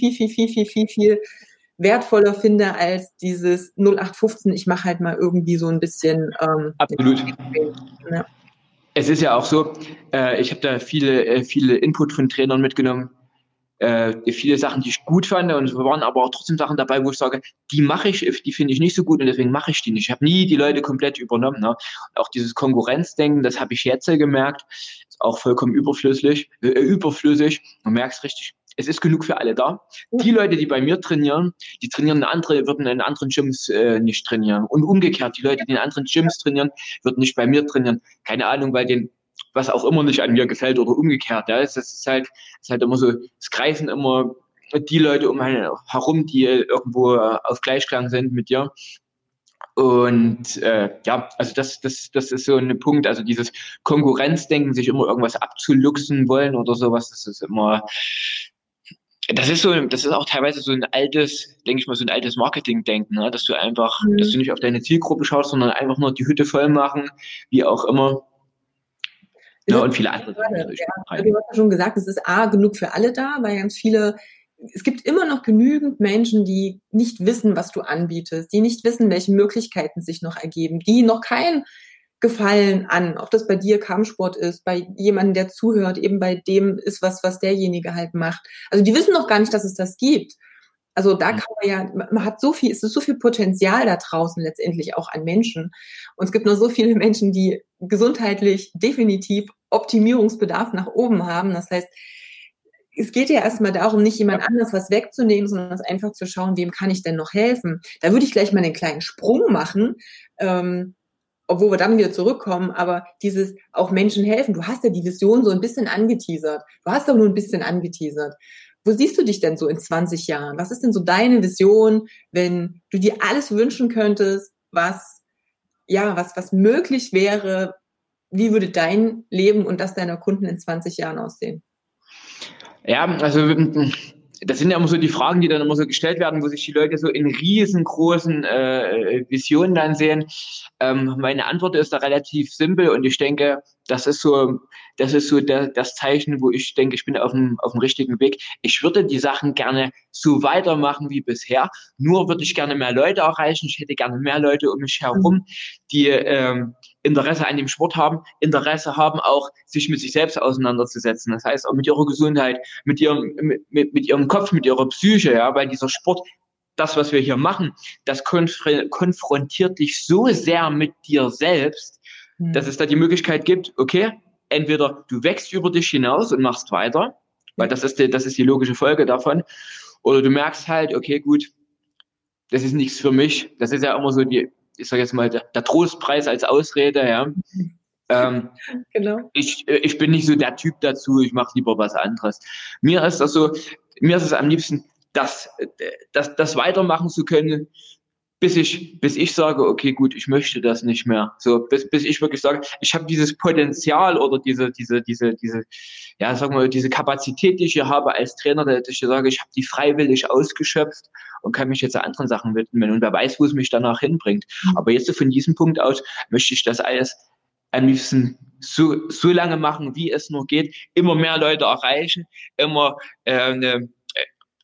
viel wertvoller finde als dieses 0815, ich mache halt mal irgendwie so ein bisschen. Absolut. Ja. Es ist ja auch so, ich habe da viele Input von Trainern mitgenommen, viele Sachen, die ich gut fand, und es waren aber auch trotzdem Sachen dabei, wo ich sage, die mache ich, die finde ich nicht so gut und deswegen mache ich die nicht. Ich habe nie die Leute komplett übernommen. Ne? Und auch dieses Konkurrenzdenken, das habe ich jetzt gemerkt, ist auch vollkommen überflüssig. Man merkt es richtig. Es ist genug für alle da. Die Leute, die bei mir trainieren, würden in anderen Gyms nicht trainieren. Und umgekehrt, die Leute, die in anderen Gyms trainieren, würden nicht bei mir trainieren. Keine Ahnung, weil denen was auch immer nicht an mir gefällt oder umgekehrt. Ja, es ist halt immer so, es greifen immer die Leute um einen herum, die irgendwo auf Gleichklang sind mit dir. Und also das ist so ein Punkt, also dieses Konkurrenzdenken, sich immer irgendwas abzuluxen wollen oder sowas, das ist auch teilweise so ein altes, denke ich mal, so ein altes Marketingdenken, ne? Dass du nicht auf deine Zielgruppe schaust, sondern einfach nur die Hütte voll machen, wie auch immer. Ja, und viele andere Sachen. Du hast ja schon gesagt, es ist genug für alle da, weil ganz viele, es gibt immer noch genügend Menschen, die nicht wissen, was du anbietest, die nicht wissen, welche Möglichkeiten sich noch ergeben, die noch kein Gefallen an, ob das bei dir Kampfsport ist, bei jemandem, der zuhört, eben bei dem ist was derjenige halt macht. Also die wissen noch gar nicht, dass es das gibt. Also da kann man hat es ist so viel Potenzial da draußen letztendlich auch an Menschen. Und es gibt nur so viele Menschen, die gesundheitlich definitiv Optimierungsbedarf nach oben haben. Das heißt, es geht ja erstmal darum, nicht jemand anders was wegzunehmen, sondern es einfach zu schauen, wem kann ich denn noch helfen. Da würde ich gleich mal einen kleinen Sprung machen, obwohl wir dann wieder zurückkommen, aber dieses auch Menschen helfen. Du hast ja die Vision so ein bisschen angeteasert. Du hast doch nur ein bisschen angeteasert. Wo siehst du dich denn so in 20 Jahren? Was ist denn so deine Vision, wenn du dir alles wünschen könntest, was möglich wäre? Wie würde dein Leben und das deiner Kunden in 20 Jahren aussehen? Ja, also das sind ja immer so die Fragen, die dann immer so gestellt werden, wo sich die Leute so in riesengroßen Visionen dann sehen. Meine Antwort ist da relativ simpel und ich denke, das ist so das Zeichen, wo ich denke, ich bin auf dem richtigen Weg. Ich würde die Sachen gerne so weitermachen wie bisher, nur würde ich gerne mehr Leute erreichen. Ich hätte gerne mehr Leute um mich herum, die Interesse an dem Sport haben, Interesse haben auch, sich mit sich selbst auseinanderzusetzen. Das heißt auch mit ihrer Gesundheit, mit ihrem Kopf, mit ihrer Psyche, ja, weil dieser Sport, das, was wir hier machen, das konfrontiert dich so sehr mit dir selbst, dass es da die Möglichkeit gibt, okay, entweder du wächst über dich hinaus und machst weiter, weil das ist die logische Folge davon, oder du merkst halt, okay, gut, das ist nichts für mich. Das ist ja immer so ich sage jetzt mal, der Trostpreis als Ausrede, ja. Genau. Ich bin nicht so der Typ dazu, ich mache lieber was anderes. Mir ist es am liebsten, das weitermachen zu können, bis ich sage, okay, gut, ich möchte das nicht mehr. So, bis ich wirklich sage, ich habe dieses Potenzial oder diese Kapazität, die ich hier habe als Trainer, dass ich sage, ich habe die freiwillig ausgeschöpft und kann mich jetzt anderen Sachen widmen und wer weiß, wo es mich danach hinbringt. Aber jetzt so von diesem Punkt aus möchte ich das alles am liebsten so lange machen, wie es nur geht, immer mehr Leute erreichen, immer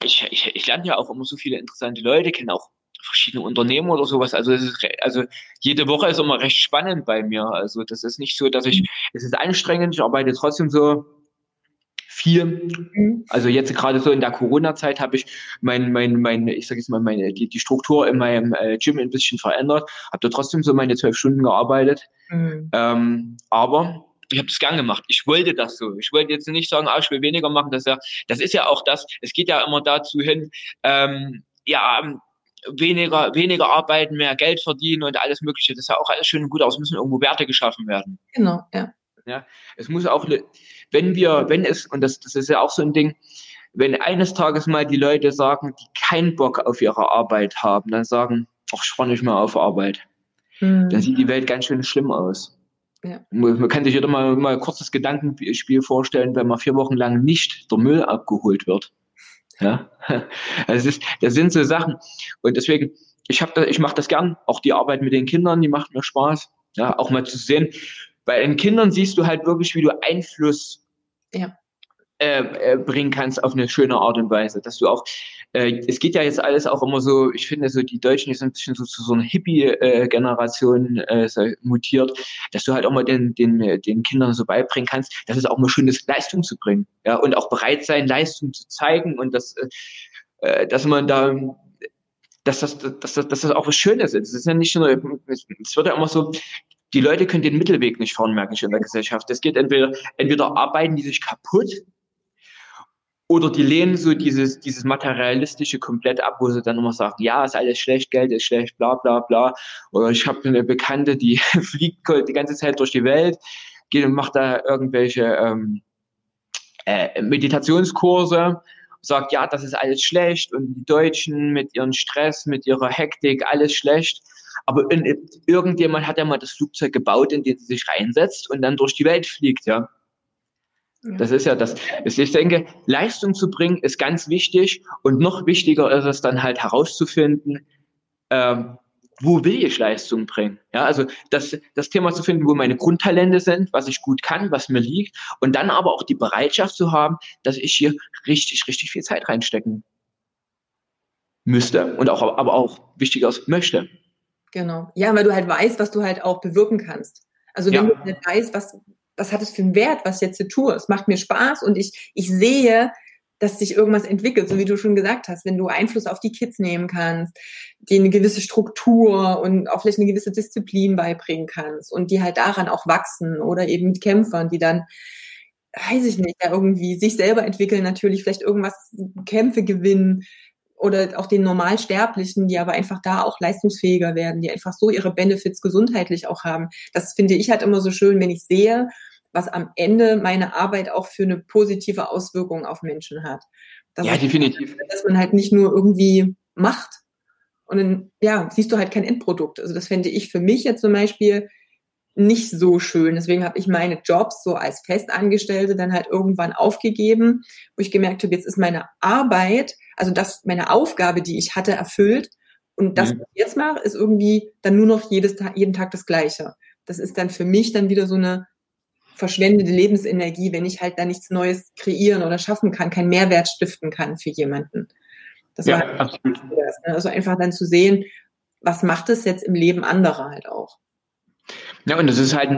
ich lerne ja auch immer so viele interessante Leute, kenne auch verschiedene Unternehmen oder sowas. Also jede Woche ist immer recht spannend bei mir. Also das ist nicht so, es ist anstrengend, ich arbeite trotzdem so viel. Mhm. Also jetzt gerade so in der Corona-Zeit habe ich ich sage jetzt mal, die Struktur in meinem Gym ein bisschen verändert, habe da trotzdem so meine 12 Stunden gearbeitet. Mhm. Aber ich habe das gern gemacht. Ich wollte das so. Ich wollte jetzt nicht sagen, ich will weniger machen. Das ist ja auch das. Es geht ja immer dazu hin, ja, weniger arbeiten, mehr Geld verdienen und alles Mögliche. Das ist ja auch alles schön und gut, aber es müssen irgendwo Werte geschaffen werden. Genau, ja. Ja, es muss auch, wenn es, und das ist ja auch so ein Ding, wenn eines Tages mal die Leute sagen, die keinen Bock auf ihre Arbeit haben, dann sagen, ach, ich fahre nicht mehr auf Arbeit, dann Mhm. sieht die Welt ganz schön schlimm aus. Ja. Man kann sich ja mal kurz das Gedankenspiel vorstellen, wenn man 4 Wochen lang nicht der Müll abgeholt wird. Ja, also das sind so Sachen. Und deswegen, ich mache das gern. Auch die Arbeit mit den Kindern, die macht mir Spaß. Ja, auch mal zu sehen. Bei den Kindern siehst du halt wirklich, wie du Einfluss Ja. bringen kannst auf eine schöne Art und Weise. Dass du auch, es geht ja jetzt alles auch immer so, ich finde so, die Deutschen, die sind ein bisschen so zu so einer Hippie-Generation so mutiert, dass du halt auch mal den Kindern so beibringen kannst, dass es auch mal schön ist, Leistung zu bringen. Ja, und auch bereit sein, Leistung zu zeigen und dass man da dass das auch was Schönes ist. Es ist ja nicht nur, es wird ja immer so, die Leute können den Mittelweg nicht fahren, merke ich in der Gesellschaft. Es geht entweder arbeiten die sich kaputt oder die lehnen so dieses Materialistische komplett ab, wo sie dann immer sagen, ja, ist alles schlecht, Geld ist schlecht, bla bla bla. Oder ich habe eine Bekannte, die fliegt die ganze Zeit durch die Welt, geht und macht da irgendwelche Meditationskurse, sagt, ja, das ist alles schlecht und die Deutschen mit ihrem Stress, mit ihrer Hektik, alles schlecht. Aber irgendjemand hat ja mal das Flugzeug gebaut, in dem sie sich reinsetzt und dann durch die Welt fliegt, ja. Ja. Das ist ja das. Ich denke, Leistung zu bringen ist ganz wichtig und noch wichtiger ist es dann halt herauszufinden, ähm, wo will ich Leistung bringen? Ja, also das Thema zu finden, wo meine Grundtalente sind, was ich gut kann, was mir liegt und dann aber auch die Bereitschaft zu haben, dass ich hier richtig, richtig viel Zeit reinstecken müsste und auch, aber auch wichtiger ist, möchte. Genau. Ja, weil du halt weißt, was du halt auch bewirken kannst. Also wenn du Ja, halt weißt, was hat es für einen Wert, was ich jetzt hier tue. Es macht mir Spaß und ich sehe, dass sich irgendwas entwickelt, so wie du schon gesagt hast, wenn du Einfluss auf die Kids nehmen kannst, denen eine gewisse Struktur und auch vielleicht eine gewisse Disziplin beibringen kannst und die halt daran auch wachsen oder eben mit Kämpfern, die dann, weiß ich nicht, da irgendwie sich selber entwickeln, natürlich vielleicht irgendwas, Kämpfe gewinnen oder auch den Normalsterblichen, die aber einfach da auch leistungsfähiger werden, die einfach so ihre Benefits gesundheitlich auch haben. Das finde ich halt immer so schön, wenn ich sehe, was am Ende meine Arbeit auch für eine positive Auswirkung auf Menschen hat. ja, definitiv. Dass man halt nicht nur irgendwie macht und dann, ja, siehst du halt kein Endprodukt. Also das fände ich für mich jetzt zum Beispiel nicht so schön. Deswegen habe ich meine Jobs so als Festangestellte dann halt irgendwann aufgegeben, wo ich gemerkt habe, jetzt ist meine Arbeit, also das, meine Aufgabe, die ich hatte, erfüllt. Und das, was ich jetzt mache, ist irgendwie dann nur noch jeden Tag das Gleiche. Das ist dann für mich dann wieder so eine verschwendete Lebensenergie, wenn ich halt da nichts Neues kreieren oder schaffen kann, keinen Mehrwert stiften kann für jemanden. Das war Ja, halt absolut. das, ne? Also einfach dann zu sehen, was macht es jetzt im Leben anderer halt auch. Ja, und das ist halt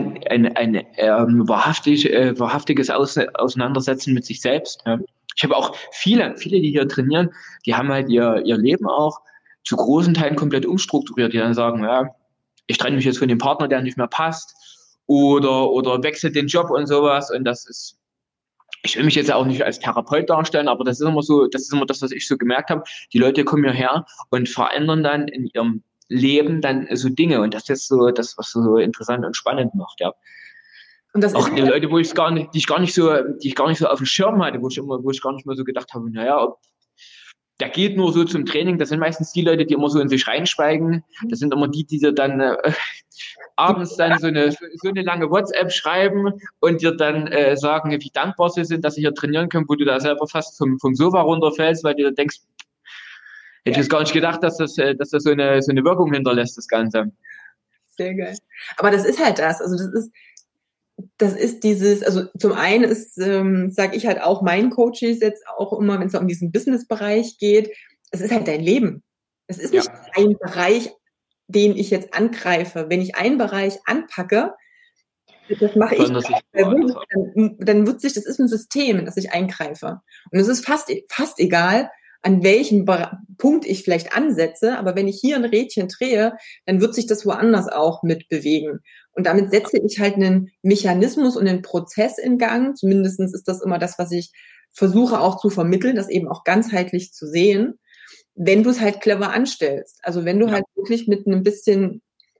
wahrhaftiges Auseinandersetzen mit sich selbst. Ja. Ich habe auch viele, die hier trainieren, die haben halt ihr Leben auch zu großen Teilen komplett umstrukturiert, die dann sagen, ja, ich trenne mich jetzt von dem Partner, der nicht mehr passt, oder wechsle den Job und sowas. Und das ist, ich will mich jetzt auch nicht als Therapeut darstellen, aber das ist immer so, das ist immer das, was ich so gemerkt habe. Die Leute kommen hierher und verändern dann in ihrem Leben dann so Dinge. Und das ist so das, was so interessant und spannend macht, ja. Und das Auch ist die Leute, die ich gar nicht so auf dem Schirm hatte, wo ich gar nicht mehr so gedacht habe, naja, der geht nur so zum Training. Das sind meistens die Leute, die immer so in sich reinschweigen. Das sind immer die dir dann abends dann so eine lange WhatsApp schreiben und dir dann sagen, wie dankbar sie sind, dass sie hier trainieren können, wo du da selber fast vom Sofa runterfällst, weil du da denkst, hätte ich jetzt gar nicht gedacht, dass das so eine Wirkung hinterlässt, das Ganze. sehr geil. Aber das ist halt das. Also das ist, das ist dieses, also zum einen ist, sage ich halt auch meinen Coaches jetzt auch immer, wenn es um diesen Business-Bereich geht, es ist halt dein Leben. Es ist nicht ein Bereich, den ich jetzt angreife. Wenn ich einen Bereich anpacke, das mache ich, dann wird sich, das ist ein System, in das ich eingreife. Und es ist fast egal, an welchem Punkt ich vielleicht ansetze, aber wenn ich hier ein Rädchen drehe, dann wird sich das woanders auch mit bewegen. Und damit setze ich halt einen Mechanismus und einen Prozess in Gang. Zumindest ist das immer das, was ich versuche auch zu vermitteln, das eben auch ganzheitlich zu sehen, wenn du es halt clever anstellst. Also wenn du halt wirklich mit einem bisschen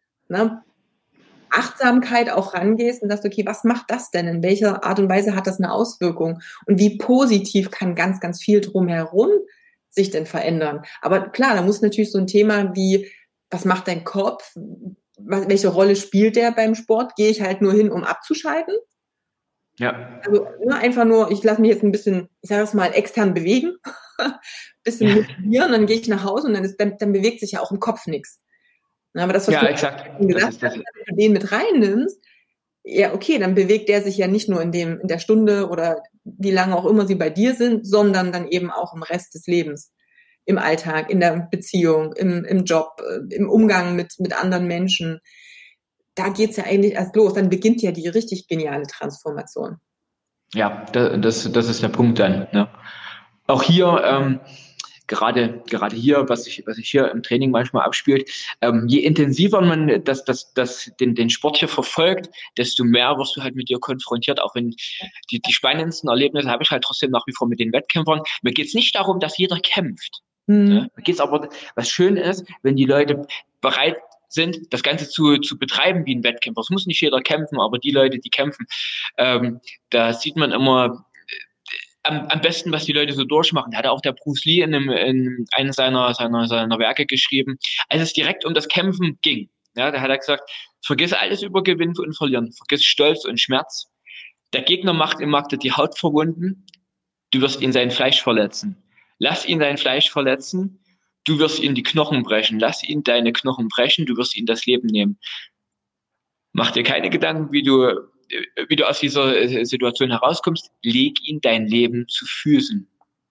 Achtsamkeit auch rangehst und sagst, okay, was macht das denn? In welcher Art und Weise hat das eine Auswirkung? Und wie positiv kann ganz, ganz viel drumherum sich denn verändern? Aber klar, da muss natürlich so ein Thema wie, was macht dein Kopf? Welche Rolle spielt der beim Sport? Gehe ich halt nur hin, um abzuschalten? Ja. Also einfach nur, ich lasse mich jetzt ein bisschen, ich sage es mal, extern bewegen, bisschen motivieren, dann gehe ich nach Hause und dann bewegt sich ja auch im Kopf nichts. Aber das, was du gesagt hast, wenn du den mit reinnimmst, ja, okay, dann bewegt der sich ja nicht nur in der Stunde oder wie lange auch immer sie bei dir sind, sondern dann eben auch im Rest des Lebens. Im Alltag, in der Beziehung, im Job, im Umgang mit anderen Menschen. Da geht's ja eigentlich erst los. Dann beginnt ja die richtig geniale Transformation. Ja, das ist der Punkt dann. Ne? Auch hier, gerade hier, was sich hier im Training manchmal abspielt, je intensiver man den Sport hier verfolgt, desto mehr wirst du halt mit dir konfrontiert. Auch wenn die spannendsten Erlebnisse habe ich halt trotzdem nach wie vor mit den Wettkämpfern. Mir geht's nicht darum, dass jeder kämpft. Ne? Mir geht's aber, was schön ist, wenn die Leute bereit sind, das Ganze zu betreiben wie ein Wettkämpfer. Es muss nicht jeder kämpfen, aber die Leute, die kämpfen, da sieht man immer am besten, was die Leute so durchmachen. Da hat auch der Bruce Lee in einem seiner Werke geschrieben, als es direkt um das Kämpfen ging. Ja, da hat er gesagt, vergiss alles über Gewinnen und Verlieren, vergiss Stolz und Schmerz. Der Gegner macht im Markt die Haut verwunden, du wirst ihn sein Fleisch verletzen. Lass ihn dein Fleisch verletzen, du wirst ihn die Knochen brechen. Lass ihn deine Knochen brechen, du wirst ihm das Leben nehmen. Mach dir keine Gedanken, wie du aus dieser Situation herauskommst. Leg ihm dein Leben zu Füßen.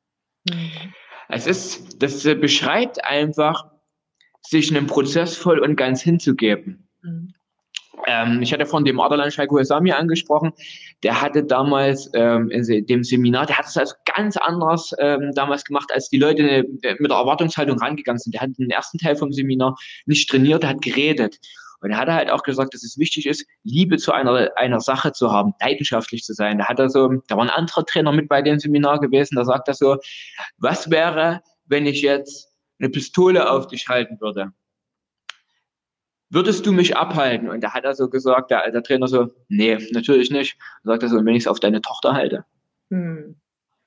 Das beschreibt einfach, sich einem Prozess voll und ganz hinzugeben. Ich hatte von dem Ardalan Sheikhosami angesprochen, der hatte damals in dem Seminar, der hat es also ganz anders damals gemacht, als die Leute mit der Erwartungshaltung rangegangen sind. Der hat den ersten Teil vom Seminar nicht trainiert, der hat geredet. Und er hat halt auch gesagt, dass es wichtig ist, Liebe zu einer Sache zu haben, leidenschaftlich zu sein. Da war ein anderer Trainer mit bei dem Seminar gewesen, da sagt er so, was wäre, wenn ich jetzt eine Pistole auf dich halten würde? Würdest du mich abhalten? Und da hat er so gesagt, der Trainer so, nee, natürlich nicht. Da sagt er so, wenn ich es auf deine Tochter halte. Die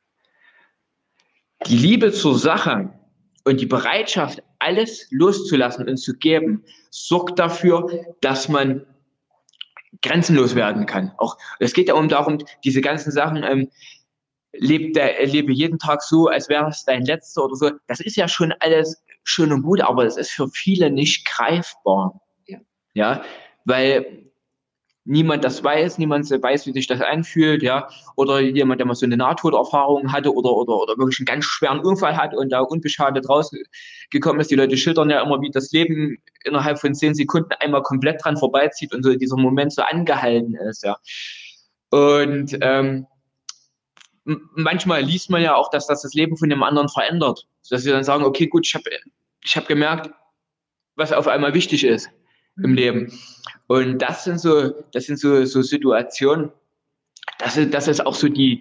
Liebe zur Sache und die Bereitschaft, alles loszulassen und zu geben, sorgt dafür, dass man grenzenlos werden kann. Auch es geht ja darum, diese ganzen Sachen, lebe jeden Tag so, als wäre es dein letzter oder so. Das ist ja schon alles schön und gut, aber es ist für viele nicht greifbar. Ja, weil niemand das weiß, niemand weiß, wie sich das anfühlt, ja, oder jemand, der mal so eine Nahtoderfahrung hatte oder wirklich einen ganz schweren Unfall hat und da unbeschadet rausgekommen ist. Die Leute schildern ja immer, wie das Leben innerhalb von 10 Sekunden einmal komplett dran vorbeizieht und so dieser Moment so angehalten ist, ja. Und manchmal liest man ja auch, dass das Leben von dem anderen verändert, dass sie dann sagen, okay, gut, ich hab gemerkt, was auf einmal wichtig ist im Leben. Und das sind so Situationen, das ist auch so die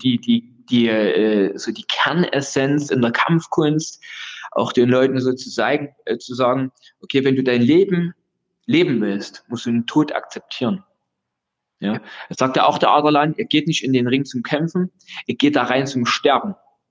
Kernessenz in der Kampfkunst, auch den Leuten so zu sagen, okay, wenn du dein Leben leben willst, musst du den Tod akzeptieren. Ja, das sagt ja auch der Ardalan, er geht nicht in den Ring zum Kämpfen, er geht da rein zum Sterben.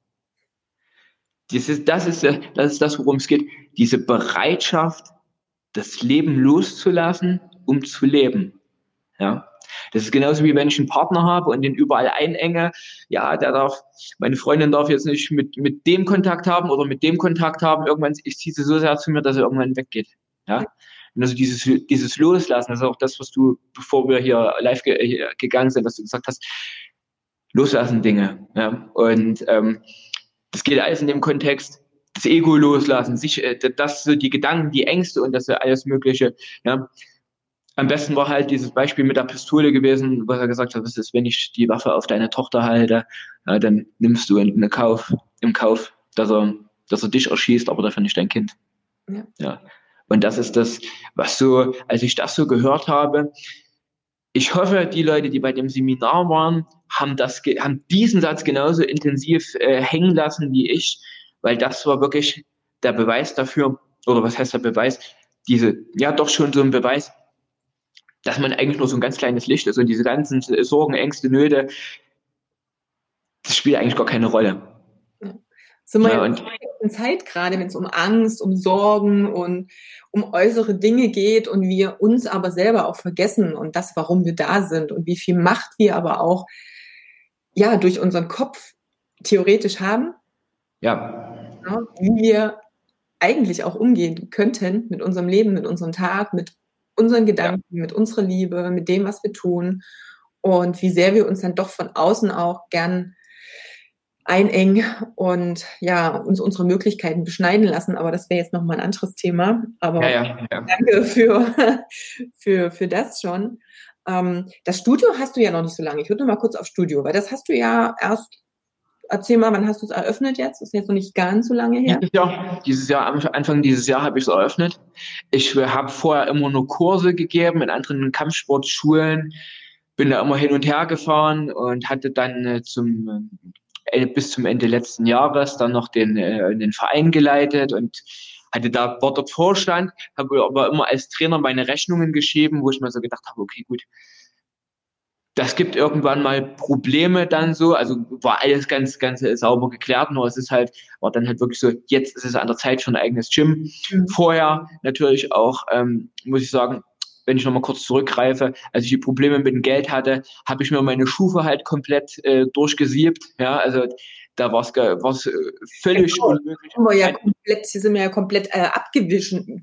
Das ist das, worum es geht. Diese Bereitschaft, das Leben loszulassen, um zu leben. Ja, das ist genauso wie wenn ich einen Partner habe und den überall einenge. Ja, meine Freundin darf jetzt nicht mit dem Kontakt haben oder mit dem Kontakt haben. Irgendwann, ich ziehe sie so sehr zu mir, dass er irgendwann weggeht. Ja, Und also dieses Loslassen, das ist auch das, was du, bevor wir hier live gegangen sind, was du gesagt hast, loslassen Dinge. Ja? Und das geht alles in dem Kontext, das Ego loslassen, sich, das so die Gedanken, die Ängste und das alles Mögliche. Ja? Am besten war halt dieses Beispiel mit der Pistole gewesen, wo er gesagt hat, was ist, wenn ich die Waffe auf deine Tochter halte, dann nimmst du im Kauf, dass er dich erschießt, aber dafür nicht dein Kind. Ja. Ja. Und das ist das, was so, als ich das so gehört habe, ich hoffe, die Leute, die bei dem Seminar waren, haben diesen Satz genauso intensiv hängen lassen wie ich, weil das war wirklich der Beweis dafür, oder was heißt der Beweis? Doch schon so ein Beweis, dass man eigentlich nur so ein ganz kleines Licht ist und diese ganzen Sorgen, Ängste, Nöte, das spielt eigentlich gar keine Rolle. So in Zeit gerade, wenn es um Angst, um Sorgen und um äußere Dinge geht und wir uns aber selber auch vergessen und das, warum wir da sind und wie viel Macht wir aber auch durch unseren Kopf theoretisch haben. Ja, wie wir eigentlich auch umgehen könnten mit unserem Leben, mit unserem Tag, mit unseren Gedanken, mit unserer Liebe, mit dem, was wir tun und wie sehr wir uns dann doch von außen auch gern einengen und uns unsere Möglichkeiten beschneiden lassen. Aber das wäre jetzt nochmal ein anderes Thema. Aber danke für das schon. Das Studio hast du ja noch nicht so lange. Ich würde noch mal kurz auf Studio, weil das hast du ja erst, erzähl mal, wann hast du es eröffnet jetzt? Das ist jetzt noch nicht ganz so lange her. Anfang dieses Jahr habe ich es eröffnet. Ich habe vorher immer nur Kurse gegeben in anderen Kampfsportschulen, bin da immer hin und her gefahren und hatte dann bis zum Ende letzten Jahres dann noch den Verein geleitet und war dort Vorstand, habe aber immer als Trainer meine Rechnungen geschrieben, wo ich mir so gedacht habe, okay, gut, das gibt irgendwann mal Probleme dann so, also war alles ganz, ganz sauber geklärt, nur war dann halt wirklich so, jetzt ist es an der Zeit für ein eigenes Gym. Vorher natürlich auch, muss ich sagen, wenn ich nochmal kurz zurückgreife, als ich die Probleme mit dem Geld hatte, habe ich mir meine Schufe halt komplett durchgesiebt. Ja, also da war es völlig unmöglich. Sie sind mir ja komplett gewichen.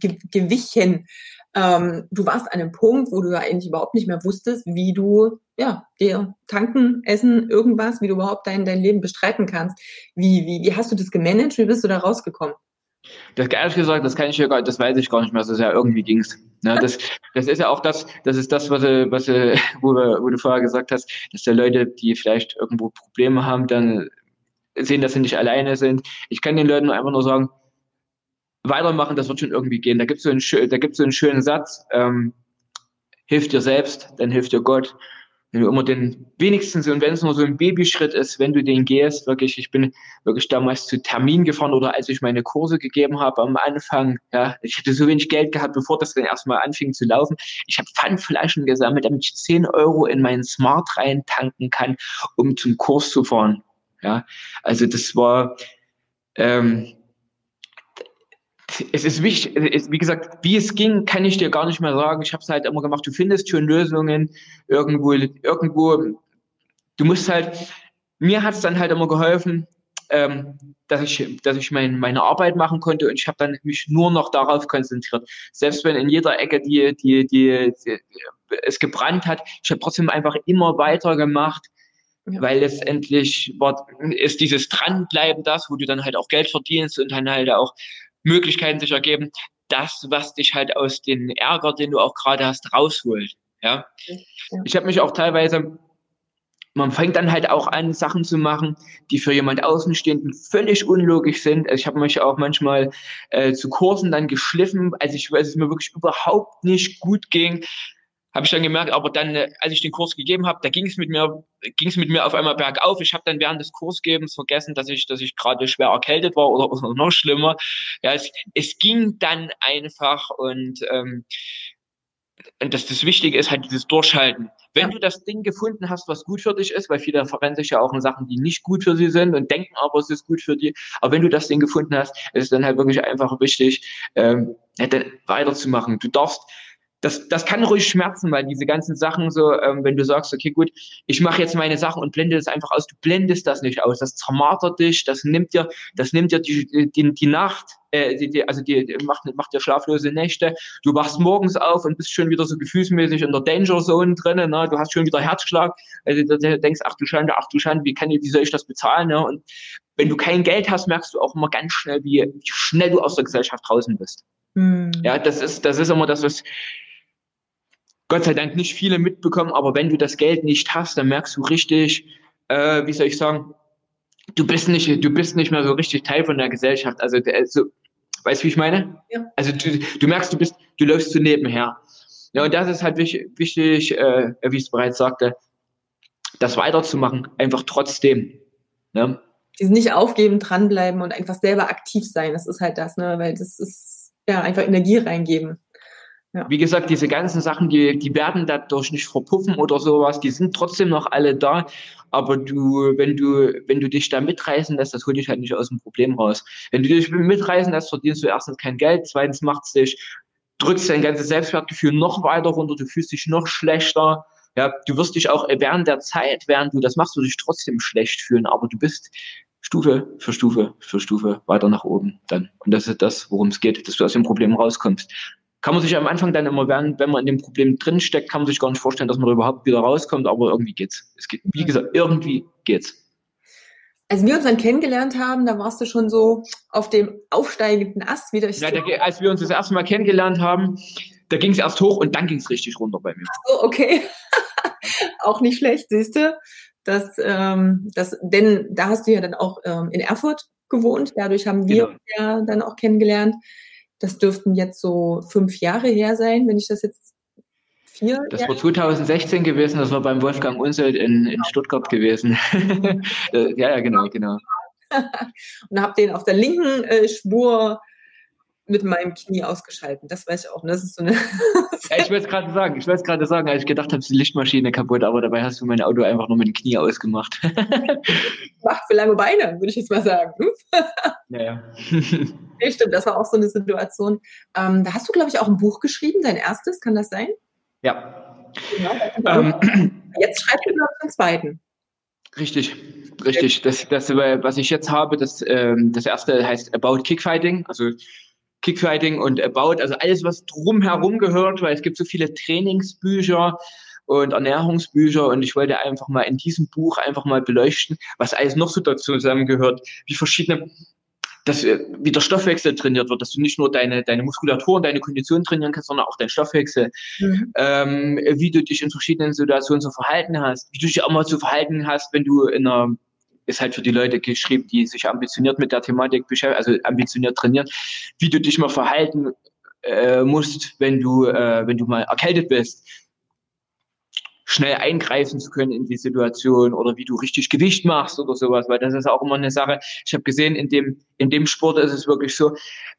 Du warst an einem Punkt, wo du ja eigentlich überhaupt nicht mehr wusstest, wie du dir tanken, essen, irgendwas, wie du überhaupt dein Leben bestreiten kannst. Wie hast du das gemanagt? Wie bist du da rausgekommen? Ehrlich gesagt, das weiß ich gar nicht mehr so sehr. Irgendwie ging's. Ne, das ist ja auch das ist das, wo du vorher gesagt hast, dass da Leute, die vielleicht irgendwo Probleme haben, dann sehen, dass sie nicht alleine sind. Ich kann den Leuten einfach nur sagen, weitermachen, das wird schon irgendwie gehen. Da gibt's so einen schönen Satz, hilf dir selbst, dann hilft dir Gott. Wenn du immer wenigstens, und wenn es nur so ein Babyschritt ist, wenn du den gehst, wirklich, ich bin wirklich damals zu Termin gefahren oder als ich meine Kurse gegeben habe am Anfang, ich hatte so wenig Geld gehabt, bevor das dann erstmal anfing zu laufen. Ich habe Pfandflaschen gesammelt, damit ich 10 € in meinen Smart rein tanken kann, um zum Kurs zu fahren. Ja, also das war, es ist wichtig, wie gesagt, wie es ging, kann ich dir gar nicht mehr sagen. Ich habe es halt immer gemacht. Du findest schon Lösungen irgendwo. Du musst halt, mir hat es dann halt immer geholfen, dass ich meine Arbeit machen konnte und ich habe dann mich nur noch darauf konzentriert. Selbst wenn in jeder Ecke es gebrannt hat, ich habe trotzdem einfach immer weiter gemacht. Ja. Weil letztendlich ist dieses Dranbleiben das, wo du dann halt auch Geld verdienst und dann halt auch Möglichkeiten sich ergeben, das, was dich halt aus den Ärger, den du auch gerade hast, rausholt. Ja. Ich habe mich auch teilweise, man fängt dann halt auch an, Sachen zu machen, die für jemand Außenstehenden völlig unlogisch sind. Also ich habe mich auch manchmal zu Kursen dann geschliffen, als es mir wirklich überhaupt nicht gut ging. Habe ich dann gemerkt, aber dann, als ich den Kurs gegeben habe, da ging es mit mir auf einmal bergauf. Ich habe dann während des Kursgebens vergessen, dass ich gerade schwer erkältet war oder noch schlimmer. Ja, es ging dann einfach und das Wichtige ist halt dieses Durchhalten. Wenn du das Ding gefunden hast, was gut für dich ist, weil viele verrennen sich ja auch in Sachen, die nicht gut für sie sind und denken aber, es ist gut für die. Aber wenn du das Ding gefunden hast, ist es dann halt wirklich einfach wichtig, dann weiterzumachen. Du darfst das kann ruhig schmerzen, weil diese ganzen Sachen so, wenn du sagst, okay, gut, ich mache jetzt meine Sachen und blende das einfach aus, du blendest das nicht aus, das zermartert dich, das nimmt dir die Nacht, die macht dir schlaflose Nächte. Du wachst morgens auf und bist schon wieder so gefühlsmäßig in der Danger Zone drin, ne? Du hast schon wieder Herzschlag, du denkst, ach du Schande, wie soll ich das bezahlen, ne? Und wenn du kein Geld hast, merkst du auch immer ganz schnell, wie schnell du aus der Gesellschaft draußen bist. Ja, das ist immer das, was Gott sei Dank nicht viele mitbekommen, aber wenn du das Geld nicht hast, dann merkst du richtig, wie soll ich sagen, du bist nicht mehr so richtig Teil von der Gesellschaft. Also, weißt du, wie ich meine? Ja. Also du merkst, du läufst so nebenher. Ja, und das ist halt wichtig, wie ich es bereits sagte, das weiterzumachen, einfach trotzdem. Ne? Die nicht aufgeben, dranbleiben und einfach selber aktiv sein. Das ist halt das, ne? Weil das ist ja einfach Energie reingeben. Ja. Wie gesagt, diese ganzen Sachen, die werden dadurch nicht verpuffen oder sowas, die sind trotzdem noch alle da, aber wenn du dich da mitreißen lässt, das holt dich halt nicht aus dem Problem raus. Wenn du dich mitreißen lässt, verdienst du erstens kein Geld, zweitens drückst dein ganzes Selbstwertgefühl noch weiter runter, du fühlst dich noch schlechter. Ja, du wirst dich auch während der Zeit, während du das machst, du dich trotzdem schlecht fühlen, aber du bist Stufe für Stufe für Stufe weiter nach oben dann. Und das ist das, worum es geht, dass du aus dem Problem rauskommst. Kann man sich am Anfang dann immer werden, wenn man in dem Problem drinsteckt, kann man sich gar nicht vorstellen, dass man da überhaupt wieder rauskommt, aber irgendwie geht's. Es geht, wie gesagt, irgendwie geht's. Als wir uns dann kennengelernt haben, da warst du schon so auf dem aufsteigenden Ast wieder. Ja, als wir uns das erste Mal kennengelernt haben, da ging es erst hoch und dann ging es richtig runter bei mir. Ach so, okay. Auch nicht schlecht, siehst du. Denn da hast du ja dann auch in Erfurt gewohnt. Dadurch haben wir uns ja dann auch kennengelernt. Das dürften jetzt so 5 Jahre her sein, wenn ich das jetzt 4 Das war 2016 gewesen, das war beim Wolfgang Unselt in Stuttgart gewesen. Ja, genau. Und habe den auf der linken Spur mit meinem Knie ausgeschalten. Das weiß ich auch. Das ist so eine ja, ich wollte es gerade sagen, als ich gedacht habe, ist die Lichtmaschine kaputt, aber dabei hast du mein Auto einfach nur mit dem Knie ausgemacht. Macht für lange Beine, würde ich jetzt mal sagen. Naja. Nee, stimmt, das war auch so eine Situation. Da hast du, glaube ich, auch ein Buch geschrieben, dein erstes, kann das sein? Ja. Genau, jetzt schreibst du, glaube ich, den zweiten. Richtig. Das, was ich jetzt habe, das erste heißt About Kickfighting, also Kickfighting und About, also alles, was drumherum gehört, weil es gibt so viele Trainingsbücher und Ernährungsbücher und ich wollte einfach mal in diesem Buch einfach mal beleuchten, was alles noch so dazu zusammengehört, wie der Stoffwechsel trainiert wird, dass du nicht nur deine Muskulatur und deine Kondition trainieren kannst, sondern auch deinen Stoffwechsel, wie du dich in verschiedenen Situationen so verhalten hast, wie du dich auch mal so verhalten hast, wenn du ist halt für die Leute geschrieben, die sich ambitioniert mit der Thematik beschäftigen, also ambitioniert trainieren, wie du dich mal verhalten musst, wenn du mal erkältet bist, schnell eingreifen zu können in die Situation oder wie du richtig Gewicht machst oder sowas, weil das ist auch immer eine Sache. Ich habe gesehen, in dem Sport ist es wirklich so,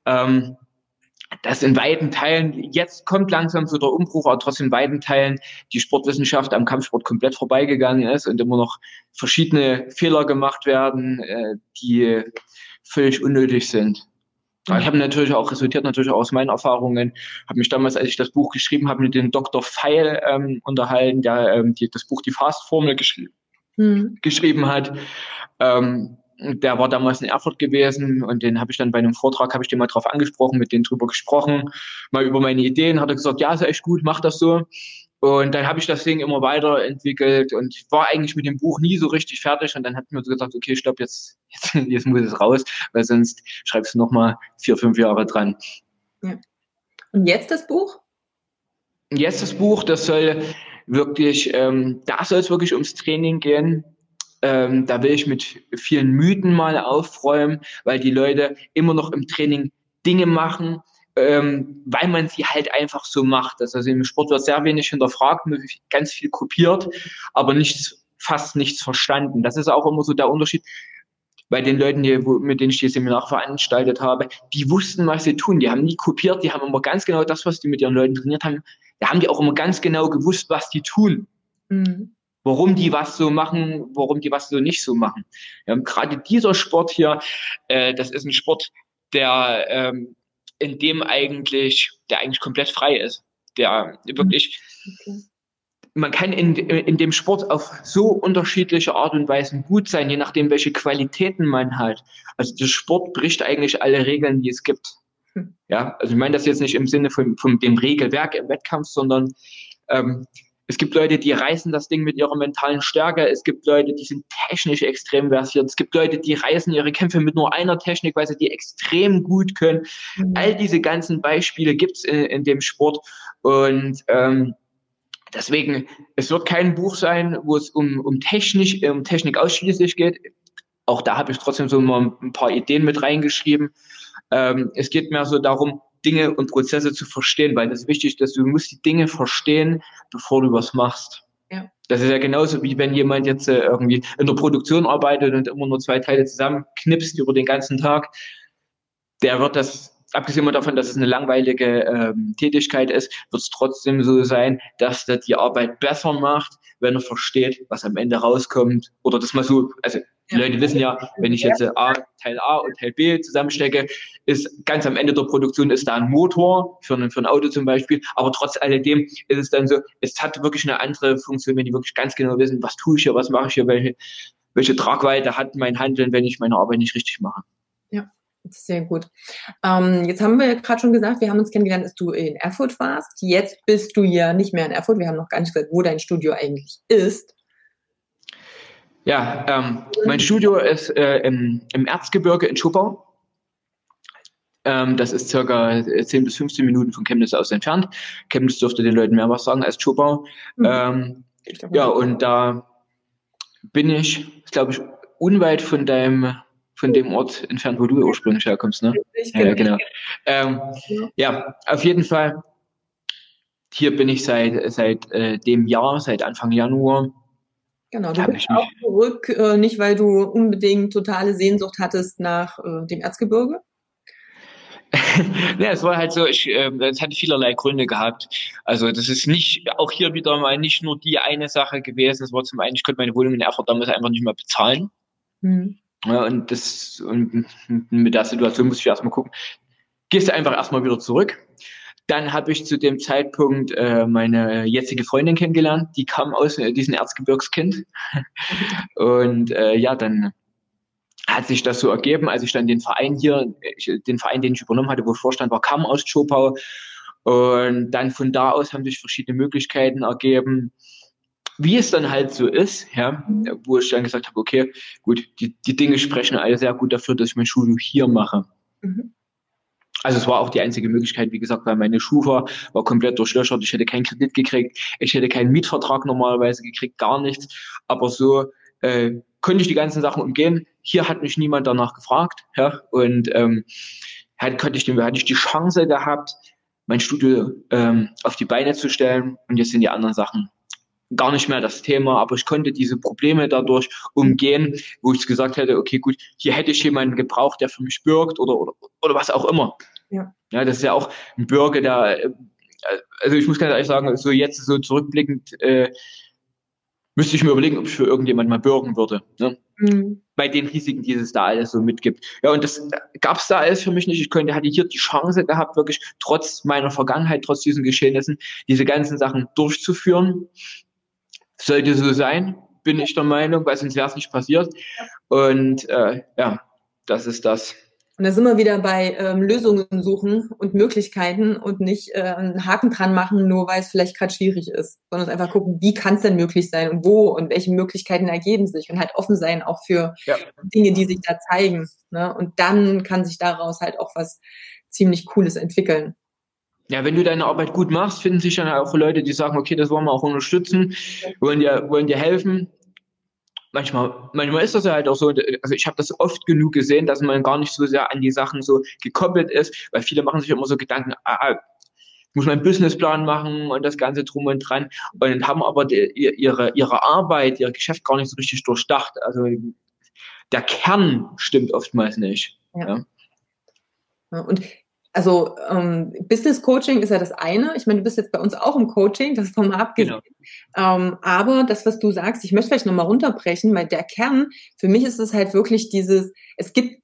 dass in weiten Teilen, jetzt kommt langsam so der Umbruch, aber trotzdem in weiten Teilen die Sportwissenschaft am Kampfsport komplett vorbeigegangen ist und immer noch verschiedene Fehler gemacht werden, die völlig unnötig sind. Aber ich habe resultiert natürlich auch aus meinen Erfahrungen, habe mich damals, als ich das Buch geschrieben habe, mit dem Dr. Feil unterhalten, der das Buch Die Fast-Formel geschrieben hat. Der war damals in Erfurt gewesen und den habe ich dann bei einem Vortrag, habe ich den mal drauf angesprochen, mit denen drüber gesprochen, mal über meine Ideen, hat er gesagt, ja, ist echt gut, mach das so. Und dann habe ich das Ding immer weiterentwickelt und ich war eigentlich mit dem Buch nie so richtig fertig und dann hat mir so gesagt, okay, stopp, jetzt muss es raus, weil sonst schreibst du nochmal 4, 5 Jahre dran. Ja. Und jetzt das Buch? Jetzt das Buch, das soll wirklich, da soll es wirklich ums Training gehen. Da will ich mit vielen Mythen mal aufräumen, weil die Leute immer noch im Training Dinge machen, weil man sie halt einfach so macht. Also im Sport wird sehr wenig hinterfragt, ganz viel kopiert, aber fast nichts verstanden. Das ist auch immer so der Unterschied bei den Leuten, mit denen ich die Seminar veranstaltet habe. Die wussten, was sie tun. Die haben nie kopiert, die haben immer ganz genau das, was die mit ihren Leuten trainiert haben. Da haben die auch immer ganz genau gewusst, was die tun. Warum die was so machen, warum die was so nicht so machen. Gerade dieser Sport hier, das ist ein Sport, der eigentlich komplett frei ist. Der wirklich, man kann in dem Sport auf so unterschiedliche Art und Weisen gut sein, je nachdem, welche Qualitäten man hat. Also der Sport bricht eigentlich alle Regeln, die es gibt. Ja, also ich meine das jetzt nicht im Sinne von dem Regelwerk im Wettkampf, sondern es gibt Leute, die reißen das Ding mit ihrer mentalen Stärke. Es gibt Leute, die sind technisch extrem versiert. Es gibt Leute, die reißen ihre Kämpfe mit nur einer Technik, weil sie die extrem gut können. All diese ganzen Beispiele gibt's in dem Sport. Und deswegen, es wird kein Buch sein, wo es um Technik ausschließlich geht. Auch da habe ich trotzdem so mal ein paar Ideen mit reingeschrieben. Es geht mehr so darum, Dinge und Prozesse zu verstehen, weil das ist wichtig, dass du musst die Dinge verstehen, bevor du was machst. Ja. Das ist ja genauso, wie wenn jemand jetzt irgendwie in der Produktion arbeitet und immer nur 2 Teile zusammenknipst über den ganzen Tag. Der wird das, abgesehen davon, dass es eine langweilige Tätigkeit ist, wird es trotzdem so sein, dass der die Arbeit besser macht, wenn er versteht, was am Ende rauskommt. Oder das mal so, also die Leute wissen ja, wenn ich jetzt Teil A und Teil B zusammenstecke, ist ganz am Ende der Produktion ist da ein Motor für ein Auto zum Beispiel. Aber trotz alledem ist es dann so, es hat wirklich eine andere Funktion, wenn die wirklich ganz genau wissen, was tue ich hier, was mache ich hier, welche Tragweite hat mein Handeln, wenn ich meine Arbeit nicht richtig mache. Ja. Das ist sehr gut. Jetzt haben wir ja gerade schon gesagt, wir haben uns kennengelernt, dass du in Erfurt warst. Jetzt bist du ja nicht mehr in Erfurt. Wir haben noch gar nicht gesagt, wo dein Studio eigentlich ist. Ja, mein Studio ist im Erzgebirge in Schopau. Das ist circa 10 bis 15 Minuten von Chemnitz aus entfernt. Chemnitz dürfte den Leuten mehr was sagen als Schopau. Ja, und da bin ich, glaube ich, unweit von dem Ort entfernt, wo du ursprünglich herkommst, ne? Ja, genau. Ja, auf jeden Fall. Hier bin ich seit dem Jahr, seit Anfang Januar. Genau, du bist auch zurück, nicht weil du unbedingt totale Sehnsucht hattest nach dem Erzgebirge? Ja, es war halt so, es hatte vielerlei Gründe gehabt. Also das ist nicht, auch hier wieder mal nicht nur die eine Sache gewesen. Es war zum einen, ich konnte meine Wohnung in Erfurt damals einfach nicht mehr bezahlen. Ja, und mit der Situation muss ich erstmal gucken. Gehst du einfach erstmal wieder zurück. Dann habe ich zu dem Zeitpunkt meine jetzige Freundin kennengelernt, die kam aus diesem Erzgebirgskind. Und ja, dann hat sich das so ergeben, als ich dann den Verein, den ich übernommen hatte, wo ich Vorstand war, kam aus Schopau. Und dann von da aus haben sich verschiedene Möglichkeiten ergeben, wie es dann halt so ist, ja, wo ich dann gesagt habe, okay, gut, die Dinge sprechen alle sehr gut dafür, dass ich mein Studium hier mache. Also es war auch die einzige Möglichkeit, wie gesagt, weil meine Schufa war komplett durchlöchert, ich hätte keinen Kredit gekriegt, ich hätte keinen Mietvertrag normalerweise gekriegt, gar nichts, aber so konnte ich die ganzen Sachen umgehen. Hier hat mich niemand danach gefragt, ja, und hatte ich die Chance gehabt, mein Studio auf die Beine zu stellen, und jetzt sind die anderen Sachen gar nicht mehr das Thema, aber ich konnte diese Probleme dadurch umgehen, wo ich gesagt hätte, okay, gut, hier hätte ich jemanden gebraucht, der für mich bürgt oder was auch immer. Ja, das ist ja auch ein Bürger, der, also ich muss ganz ehrlich sagen, so jetzt so zurückblickend, müsste ich mir überlegen, ob ich für irgendjemand mal bürgen würde, ne? Bei den Risiken, die es da alles so mitgibt. Ja, und das gab es da alles für mich nicht. Ich hatte hier die Chance gehabt, wirklich trotz meiner Vergangenheit, trotz diesen Geschehnissen, diese ganzen Sachen durchzuführen. Sollte so sein, bin ich der Meinung, weil sonst wäre es nicht passiert. Und ja, das ist das. Und da sind wir wieder bei Lösungen suchen und Möglichkeiten und nicht einen Haken dran machen, nur weil es vielleicht gerade schwierig ist, sondern einfach gucken, wie kann es denn möglich sein und wo und welche Möglichkeiten ergeben sich, und halt offen sein auch für Dinge, die sich da zeigen, ne? Und dann kann sich daraus halt auch was ziemlich Cooles entwickeln. Ja, wenn du deine Arbeit gut machst, finden sich dann auch Leute, die sagen, okay, das wollen wir auch unterstützen, wollen dir helfen. Manchmal ist das ja halt auch so, also ich habe das oft genug gesehen, dass man gar nicht so sehr an die Sachen so gekoppelt ist, weil viele machen sich immer so Gedanken, ich muss meinen Businessplan machen und das Ganze drum und dran, und haben aber ihre Arbeit, ihr Geschäft gar nicht so richtig durchdacht. Also der Kern stimmt oftmals nicht. Ja. Und also Business Coaching ist ja das eine. Ich meine, du bist jetzt bei uns auch im Coaching, das ist vom abgesehen. Genau. Aber das, was du sagst, ich möchte vielleicht nochmal runterbrechen, weil der Kern, für mich ist es halt wirklich es gibt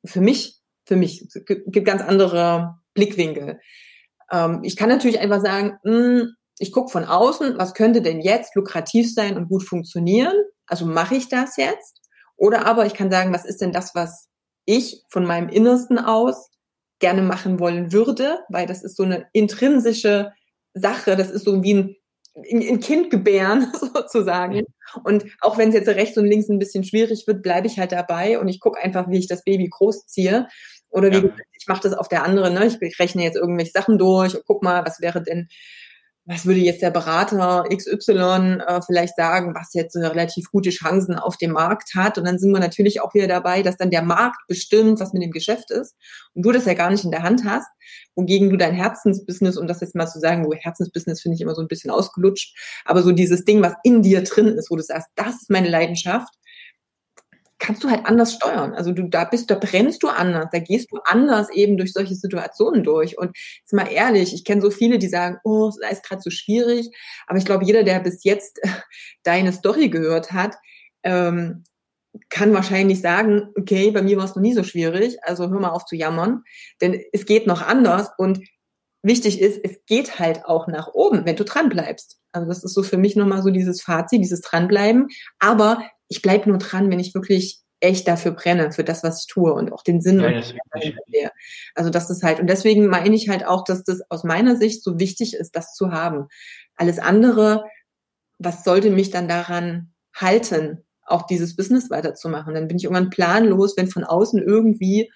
gibt ganz andere Blickwinkel. Ich kann natürlich einfach sagen, ich gucke von außen, was könnte denn jetzt lukrativ sein und gut funktionieren? Also mache ich das jetzt? Oder aber ich kann sagen, was ist denn das, was ich von meinem Innersten aus gerne machen wollen würde? Weil das ist so eine intrinsische Sache, das ist so wie ein Kind gebären sozusagen. Und auch wenn es jetzt rechts und links ein bisschen schwierig wird, bleibe ich halt dabei und ich gucke einfach, wie ich das Baby großziehe. Oder wie gesagt, ich mache das auf der anderen, ne? Ich rechne jetzt irgendwelche Sachen durch und guck mal, was würde jetzt der Berater XY vielleicht sagen, was jetzt relativ gute Chancen auf dem Markt hat. Und dann sind wir natürlich auch wieder dabei, dass dann der Markt bestimmt, was mit dem Geschäft ist. Und du das ja gar nicht in der Hand hast, wogegen du dein Herzensbusiness, um das jetzt mal zu sagen, Herzensbusiness finde ich immer so ein bisschen ausgelutscht, aber so dieses Ding, was in dir drin ist, wo du sagst, das ist meine Leidenschaft, kannst du halt anders steuern. Also da brennst du anders, da gehst du anders eben durch solche Situationen durch. Und jetzt mal ehrlich, ich kenne so viele, die sagen, oh, es ist gerade so schwierig. Aber ich glaube, jeder, der bis jetzt deine Story gehört hat, kann wahrscheinlich sagen, okay, bei mir war es noch nie so schwierig, also hör mal auf zu jammern, denn es geht noch anders und wichtig ist, es geht halt auch nach oben, wenn du dran bleibst. Also das ist so für mich nochmal so dieses Fazit, dieses Dranbleiben, aber ich bleibe nur dran, wenn ich wirklich echt dafür brenne, für das, was ich tue und auch den Sinn. Ja, also das ist halt, und deswegen meine ich halt auch, dass das aus meiner Sicht so wichtig ist, das zu haben. Alles andere, was sollte mich dann daran halten, auch dieses Business weiterzumachen? Dann bin ich irgendwann planlos, wenn von außen irgendwie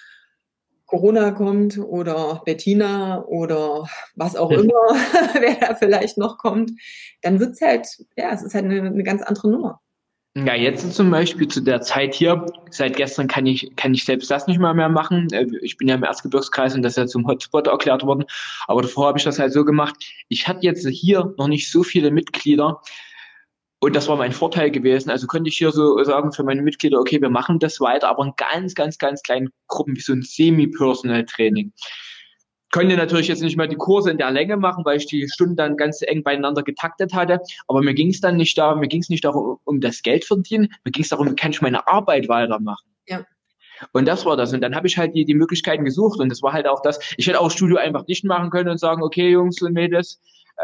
Corona kommt oder Bettina oder was auch immer, wer da vielleicht noch kommt, dann wird's halt, ja, es ist halt eine ganz andere Nummer. Ja, jetzt zum Beispiel zu der Zeit hier, seit gestern kann ich selbst das nicht mehr machen. Ich bin ja im Erzgebirgskreis und das ist ja zum Hotspot erklärt worden. Aber davor habe ich das halt so gemacht. Ich hatte jetzt hier noch nicht so viele Mitglieder und das war mein Vorteil gewesen. Also konnte ich hier so sagen für meine Mitglieder, okay, wir machen das weiter, aber in ganz, ganz, ganz kleinen Gruppen, wie so ein Semi-Personal-Training. Konnte natürlich jetzt nicht mehr die Kurse in der Länge machen, weil ich die Stunden dann ganz eng beieinander getaktet hatte. Aber mir ging es nicht darum, um das Geld verdienen. Mir ging es darum, wie kann ich meine Arbeit weitermachen. Ja. Und das war das. Und dann habe ich halt die Möglichkeiten gesucht. Und das war halt auch das. Ich hätte auch das Studio einfach nicht machen können und sagen, okay, Jungs und Mädels,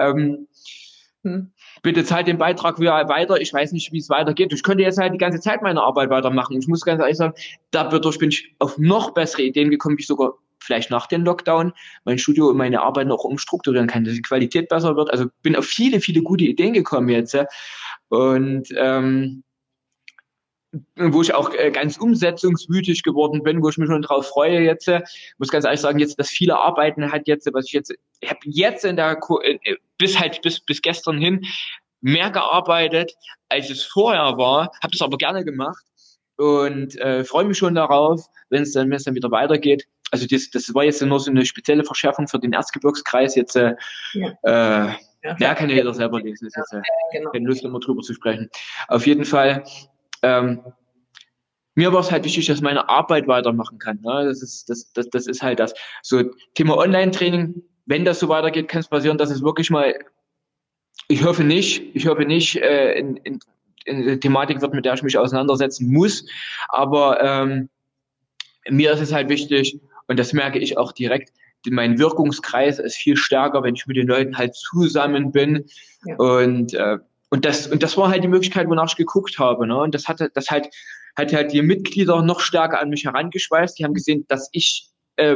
bitte zahlt den Beitrag wieder weiter. Ich weiß nicht, wie es weitergeht. Ich könnte jetzt halt die ganze Zeit meine Arbeit weitermachen. Ich muss ganz ehrlich sagen, dadurch bin ich auf noch bessere Ideen gekommen, wie ich sogar vielleicht nach dem Lockdown mein Studio und meine Arbeit noch umstrukturieren kann, dass die Qualität besser wird. Also bin auf viele, viele gute Ideen gekommen jetzt. Und wo ich auch ganz umsetzungswütig geworden bin, wo ich mich schon drauf freue jetzt. Muss ganz ehrlich sagen, jetzt, dass viele Arbeiten hat jetzt, was ich habe jetzt in der bis gestern hin mehr gearbeitet, als es vorher war, habe das aber gerne gemacht und freue mich schon darauf, wenn es dann wieder weitergeht. Also das war jetzt nur so eine spezielle Verschärfung für den Erzgebirgskreis jetzt. Kann ja jeder selber lesen. Ist jetzt keine Lust, immer drüber zu sprechen. Auf jeden Fall. Mir war es halt wichtig, dass meine Arbeit weitermachen kann. Ne? Das ist halt das. So Thema Online-Training. Wenn das so weitergeht, kann es passieren, dass es wirklich mal. Ich hoffe nicht. In eine Thematik wird, mit der ich mich auseinandersetzen muss. Aber mir ist es halt wichtig. Und das merke ich auch direkt, mein Wirkungskreis ist viel stärker, wenn ich mit den Leuten halt zusammen bin. Ja. Und das war halt die Möglichkeit, wonach ich geguckt habe. Ne? Und das hat halt die Mitglieder noch stärker an mich herangeschweißt. Die haben gesehen, dass ich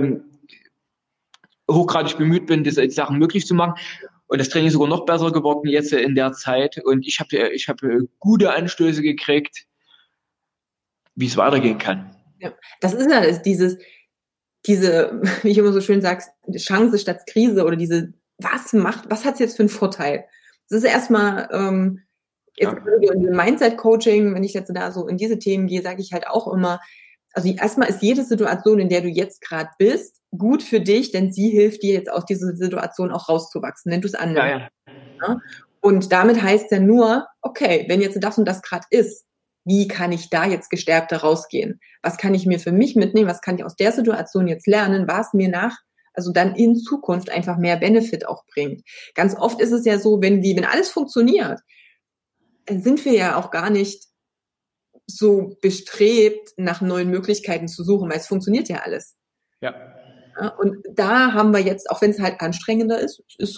hochgradig bemüht bin, diese Sachen möglich zu machen. Und das Training ist sogar noch besser geworden jetzt in der Zeit. Und ich habe gute Anstöße gekriegt, wie es weitergehen kann. Ja, das ist ja diese, wie ich immer so schön sage, Chance statt Krise oder was hat es jetzt für einen Vorteil? Das ist erstmal, in Mindset-Coaching, wenn ich jetzt da so in diese Themen gehe, sage ich halt auch immer, also erstmal ist jede Situation, in der du jetzt gerade bist, gut für dich, denn sie hilft dir jetzt aus dieser Situation auch rauszuwachsen, wenn du es annimmst. Ja? Und damit heißt ja nur, okay, wenn jetzt das und das gerade ist, wie kann ich da jetzt gestärkter rausgehen? Was kann ich mir für mich mitnehmen? Was kann ich aus der Situation jetzt lernen? Was mir also dann in Zukunft einfach mehr Benefit auch bringt. Ganz oft ist es ja so, wenn alles funktioniert, dann sind wir ja auch gar nicht so bestrebt, nach neuen Möglichkeiten zu suchen, weil es funktioniert ja alles. Ja. Ja, und da haben wir jetzt, auch wenn es halt anstrengender ist so,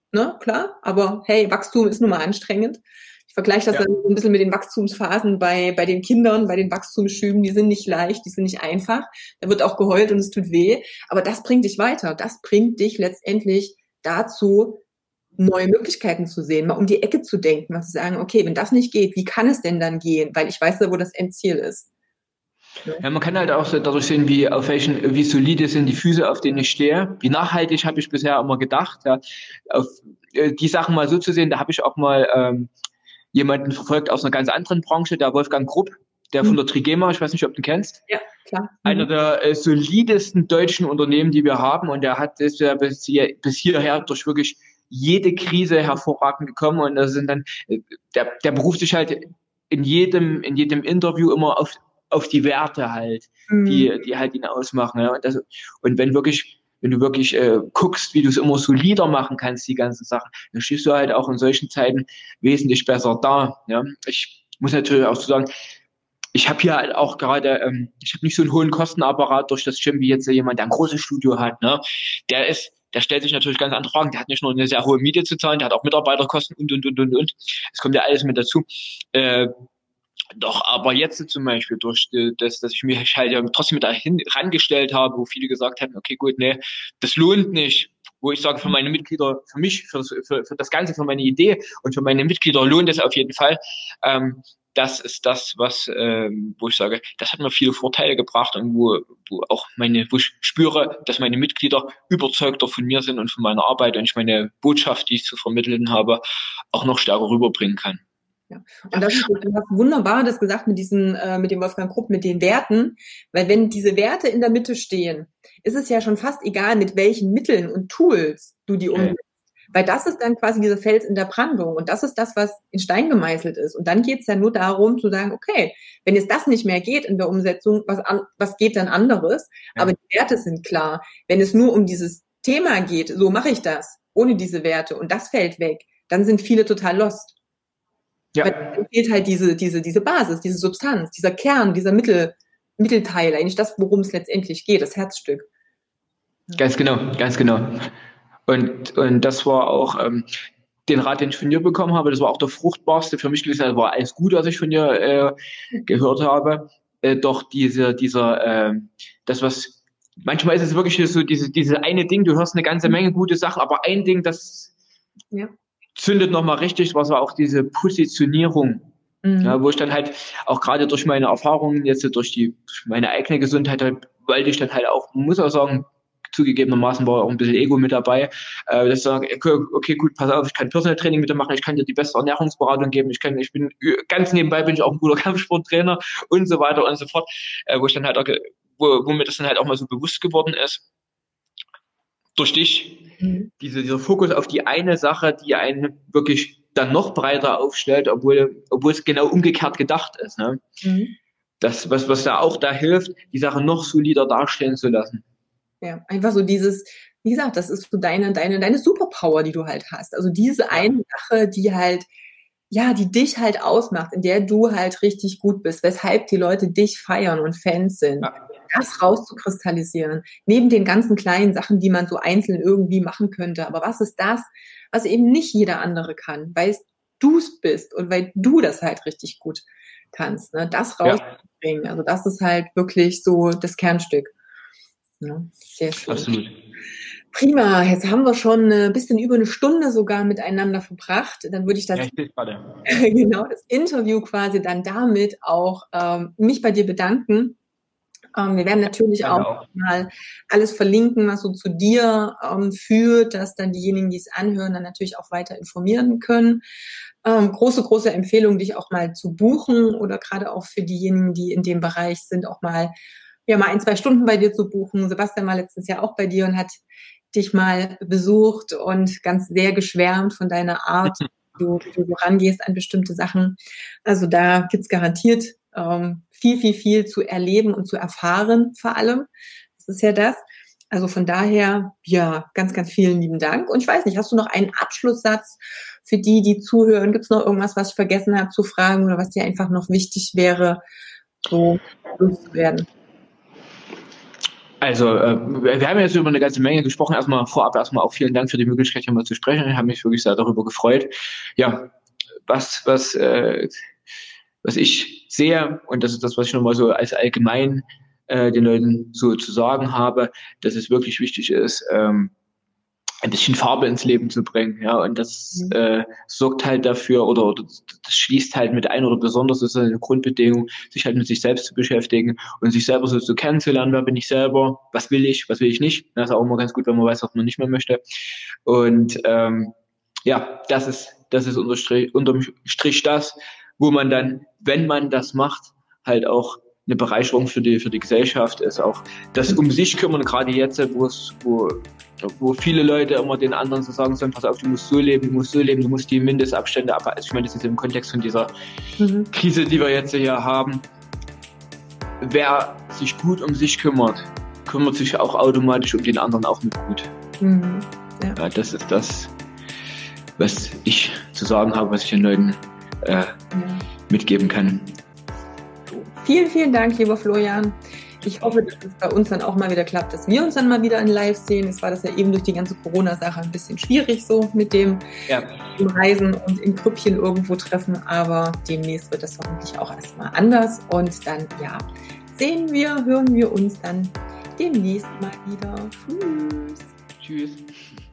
ne, klar, aber hey, Wachstum ist nun mal anstrengend. Ich vergleiche das dann so ein bisschen mit den Wachstumsphasen bei den Kindern, bei den Wachstumsschüben, die sind nicht leicht, die sind nicht einfach. Da wird auch geheult und es tut weh, aber das bringt dich weiter. Das bringt dich letztendlich dazu, neue Möglichkeiten zu sehen, mal um die Ecke zu denken, mal zu sagen, okay, wenn das nicht geht, wie kann es denn dann gehen? Weil ich weiß ja, wo das Endziel ist. Ja, man kann halt auch so dadurch sehen, wie solide sind die Füße, auf denen ich stehe. Wie nachhaltig habe ich bisher immer gedacht. Ja. Auf die Sachen mal so zu sehen, da habe ich auch mal jemanden verfolgt aus einer ganz anderen Branche, der Wolfgang Grupp, der von der Trigema, ich weiß nicht, ob du ihn kennst. Ja, klar. Einer der solidesten deutschen Unternehmen, die wir haben, und der hat es ja bis hierher durch wirklich jede Krise hervorragend gekommen, und das sind dann, der beruft sich halt in jedem Interview immer auf die Werte halt, die halt ihn ausmachen. Ja. Und wenn du wirklich guckst, wie du es immer solider machen kannst, die ganzen Sachen, dann stehst du halt auch in solchen Zeiten wesentlich besser da. Ja. Ich muss natürlich auch so sagen, ich habe hier halt auch gerade, ich habe nicht so einen hohen Kostenapparat durch das Gym wie jetzt jemand, der ein großes Studio hat. Ne? Der stellt sich natürlich ganz andere Fragen. Der hat nicht nur eine sehr hohe Miete zu zahlen, der hat auch Mitarbeiterkosten und. Es kommt ja alles mit dazu. Doch, aber jetzt zum Beispiel durch das, dass ich mich halt ja trotzdem mit dahin rangestellt habe, wo viele gesagt haben, okay, gut, nee, das lohnt nicht. Wo ich sage, für meine Mitglieder, für mich, für das Ganze, für meine Idee und für meine Mitglieder lohnt es auf jeden Fall. Das ist das, wo ich sage, das hat mir viele Vorteile gebracht und wo ich spüre, dass meine Mitglieder überzeugter von mir sind und von meiner Arbeit und ich meine Botschaft, die ich zu vermitteln habe, auch noch stärker rüberbringen kann. Ja. Und das ist, du hast wunderbar das gesagt mit mit dem Wolfgang Grupp, mit den Werten, weil wenn diese Werte in der Mitte stehen, ist es ja schon fast egal, mit welchen Mitteln und Tools du die umsetzt. Weil das ist dann quasi dieser Fels in der Brandung und das ist das, was in Stein gemeißelt ist. Und dann geht es ja nur darum zu sagen, okay, wenn jetzt das nicht mehr geht in der Umsetzung, was geht dann anderes? Ja. Aber die Werte sind klar. Wenn es nur um dieses Thema geht, so mache ich das, ohne diese Werte und das fällt weg, dann sind viele total lost. Ja. Weil dann fehlt halt diese Basis, diese Substanz, dieser Kern, dieser Mittelteil, eigentlich das, worum es letztendlich geht, das Herzstück. Ganz genau, ganz genau. Und das war auch den Rat, den ich von dir bekommen habe, das war auch der fruchtbarste für mich gewesen. Das war alles gut, was ich von dir gehört habe. Doch das was manchmal ist es wirklich so diese eine Ding, du hörst eine ganze Menge gute Sachen, aber ein Ding, das zündet nochmal richtig, was war auch diese Positionierung, ja, wo ich dann halt auch gerade durch meine Erfahrungen jetzt durch meine eigene Gesundheit halt, wollte ich dann halt auch, muss auch sagen, zugegebenermaßen war auch ein bisschen Ego mit dabei, dass ich sage, okay, gut, pass auf, ich kann Personal Training mit dir machen, ich kann dir die beste Ernährungsberatung geben, ich bin ganz nebenbei bin ich auch ein guter Kampfsporttrainer und so weiter und so fort, wo ich dann halt auch, wo mir das dann halt auch mal so bewusst geworden ist, durch dich, dieser Fokus auf die eine Sache, die einen wirklich dann noch breiter aufstellt, obwohl es genau umgekehrt gedacht ist. Ne? Das, was da auch da hilft, die Sache noch solider darstellen zu lassen. Ja, einfach so dieses, wie gesagt, das ist so deine Superpower, die du halt hast. Also diese eine Sache, die halt, ja, die dich halt ausmacht, in der du halt richtig gut bist, weshalb die Leute dich feiern und Fans sind. Ja. Das rauszukristallisieren, neben den ganzen kleinen Sachen, die man so einzeln irgendwie machen könnte. Aber was ist das, was eben nicht jeder andere kann, weil du es bist und weil du das halt richtig gut kannst, ne? Das rauszubringen. Ja. Also das ist halt wirklich so das Kernstück. Ja, sehr schön. Absolut. Prima, jetzt haben wir schon ein bisschen über eine Stunde sogar miteinander verbracht. Dann würde ich das, genau, das Interview quasi dann damit auch mich bei dir bedanken. Wir werden natürlich auch mal alles verlinken, was so zu dir führt, dass dann diejenigen, die es anhören, dann natürlich auch weiter informieren können. Große Empfehlung, dich auch mal zu buchen oder gerade auch für diejenigen, die in dem Bereich sind, auch mal 1-2 Stunden bei dir zu buchen. Sebastian war letztes Jahr auch bei dir und hat dich mal besucht und ganz sehr geschwärmt von deiner Art, wie du rangehst an bestimmte Sachen. Also da gibt's garantiert viel zu erleben und zu erfahren vor allem. Das ist ja das. Also von daher, ja, ganz vielen lieben Dank. Und ich weiß nicht, hast du noch einen Abschlusssatz für die zuhören? Gibt's noch irgendwas, was ich vergessen habe zu fragen oder was dir einfach noch wichtig wäre, so loszuwerden? Also, wir haben jetzt über eine ganze Menge gesprochen. Vorab auch vielen Dank für die Möglichkeit, hier mal zu sprechen. Ich habe mich wirklich sehr darüber gefreut. Ja, was ich sehe, und das ist das, was ich nochmal so als allgemein den Leuten so zu sagen habe, dass es wirklich wichtig ist, ein bisschen Farbe ins Leben zu bringen, ja, und das sorgt halt dafür, oder das schließt halt mit ein, oder besonders ist eine Grundbedingung, sich halt mit sich selbst zu beschäftigen und sich selber so kennenzulernen, wer bin ich selber, was will ich nicht, das ist auch immer ganz gut, wenn man weiß, was man nicht mehr möchte, und ja, das ist unterm Strich das, wo man dann, wenn man das macht, halt auch eine Bereicherung für die Gesellschaft ist, auch das um sich kümmern, gerade jetzt, wo viele Leute immer den anderen so sagen sollen, pass auf, du musst so leben, du musst die Mindestabstände abhalten. Also ich meine, das ist im Kontext von dieser Krise, die wir jetzt hier haben. Wer sich gut um sich kümmert sich auch automatisch um den anderen auch mit gut. Ja, das ist das, was ich zu sagen habe, was ich den Leuten mitgeben kann. Vielen, vielen Dank, lieber Florian. Ich hoffe, dass es bei uns dann auch mal wieder klappt, dass wir uns dann mal wieder in Live sehen. Es war das ja eben durch die ganze Corona-Sache ein bisschen schwierig so mit dem Reisen und in Grüppchen irgendwo treffen. Aber demnächst wird das hoffentlich auch erstmal anders. Und dann, hören wir uns dann demnächst mal wieder. Tschüss. Tschüss.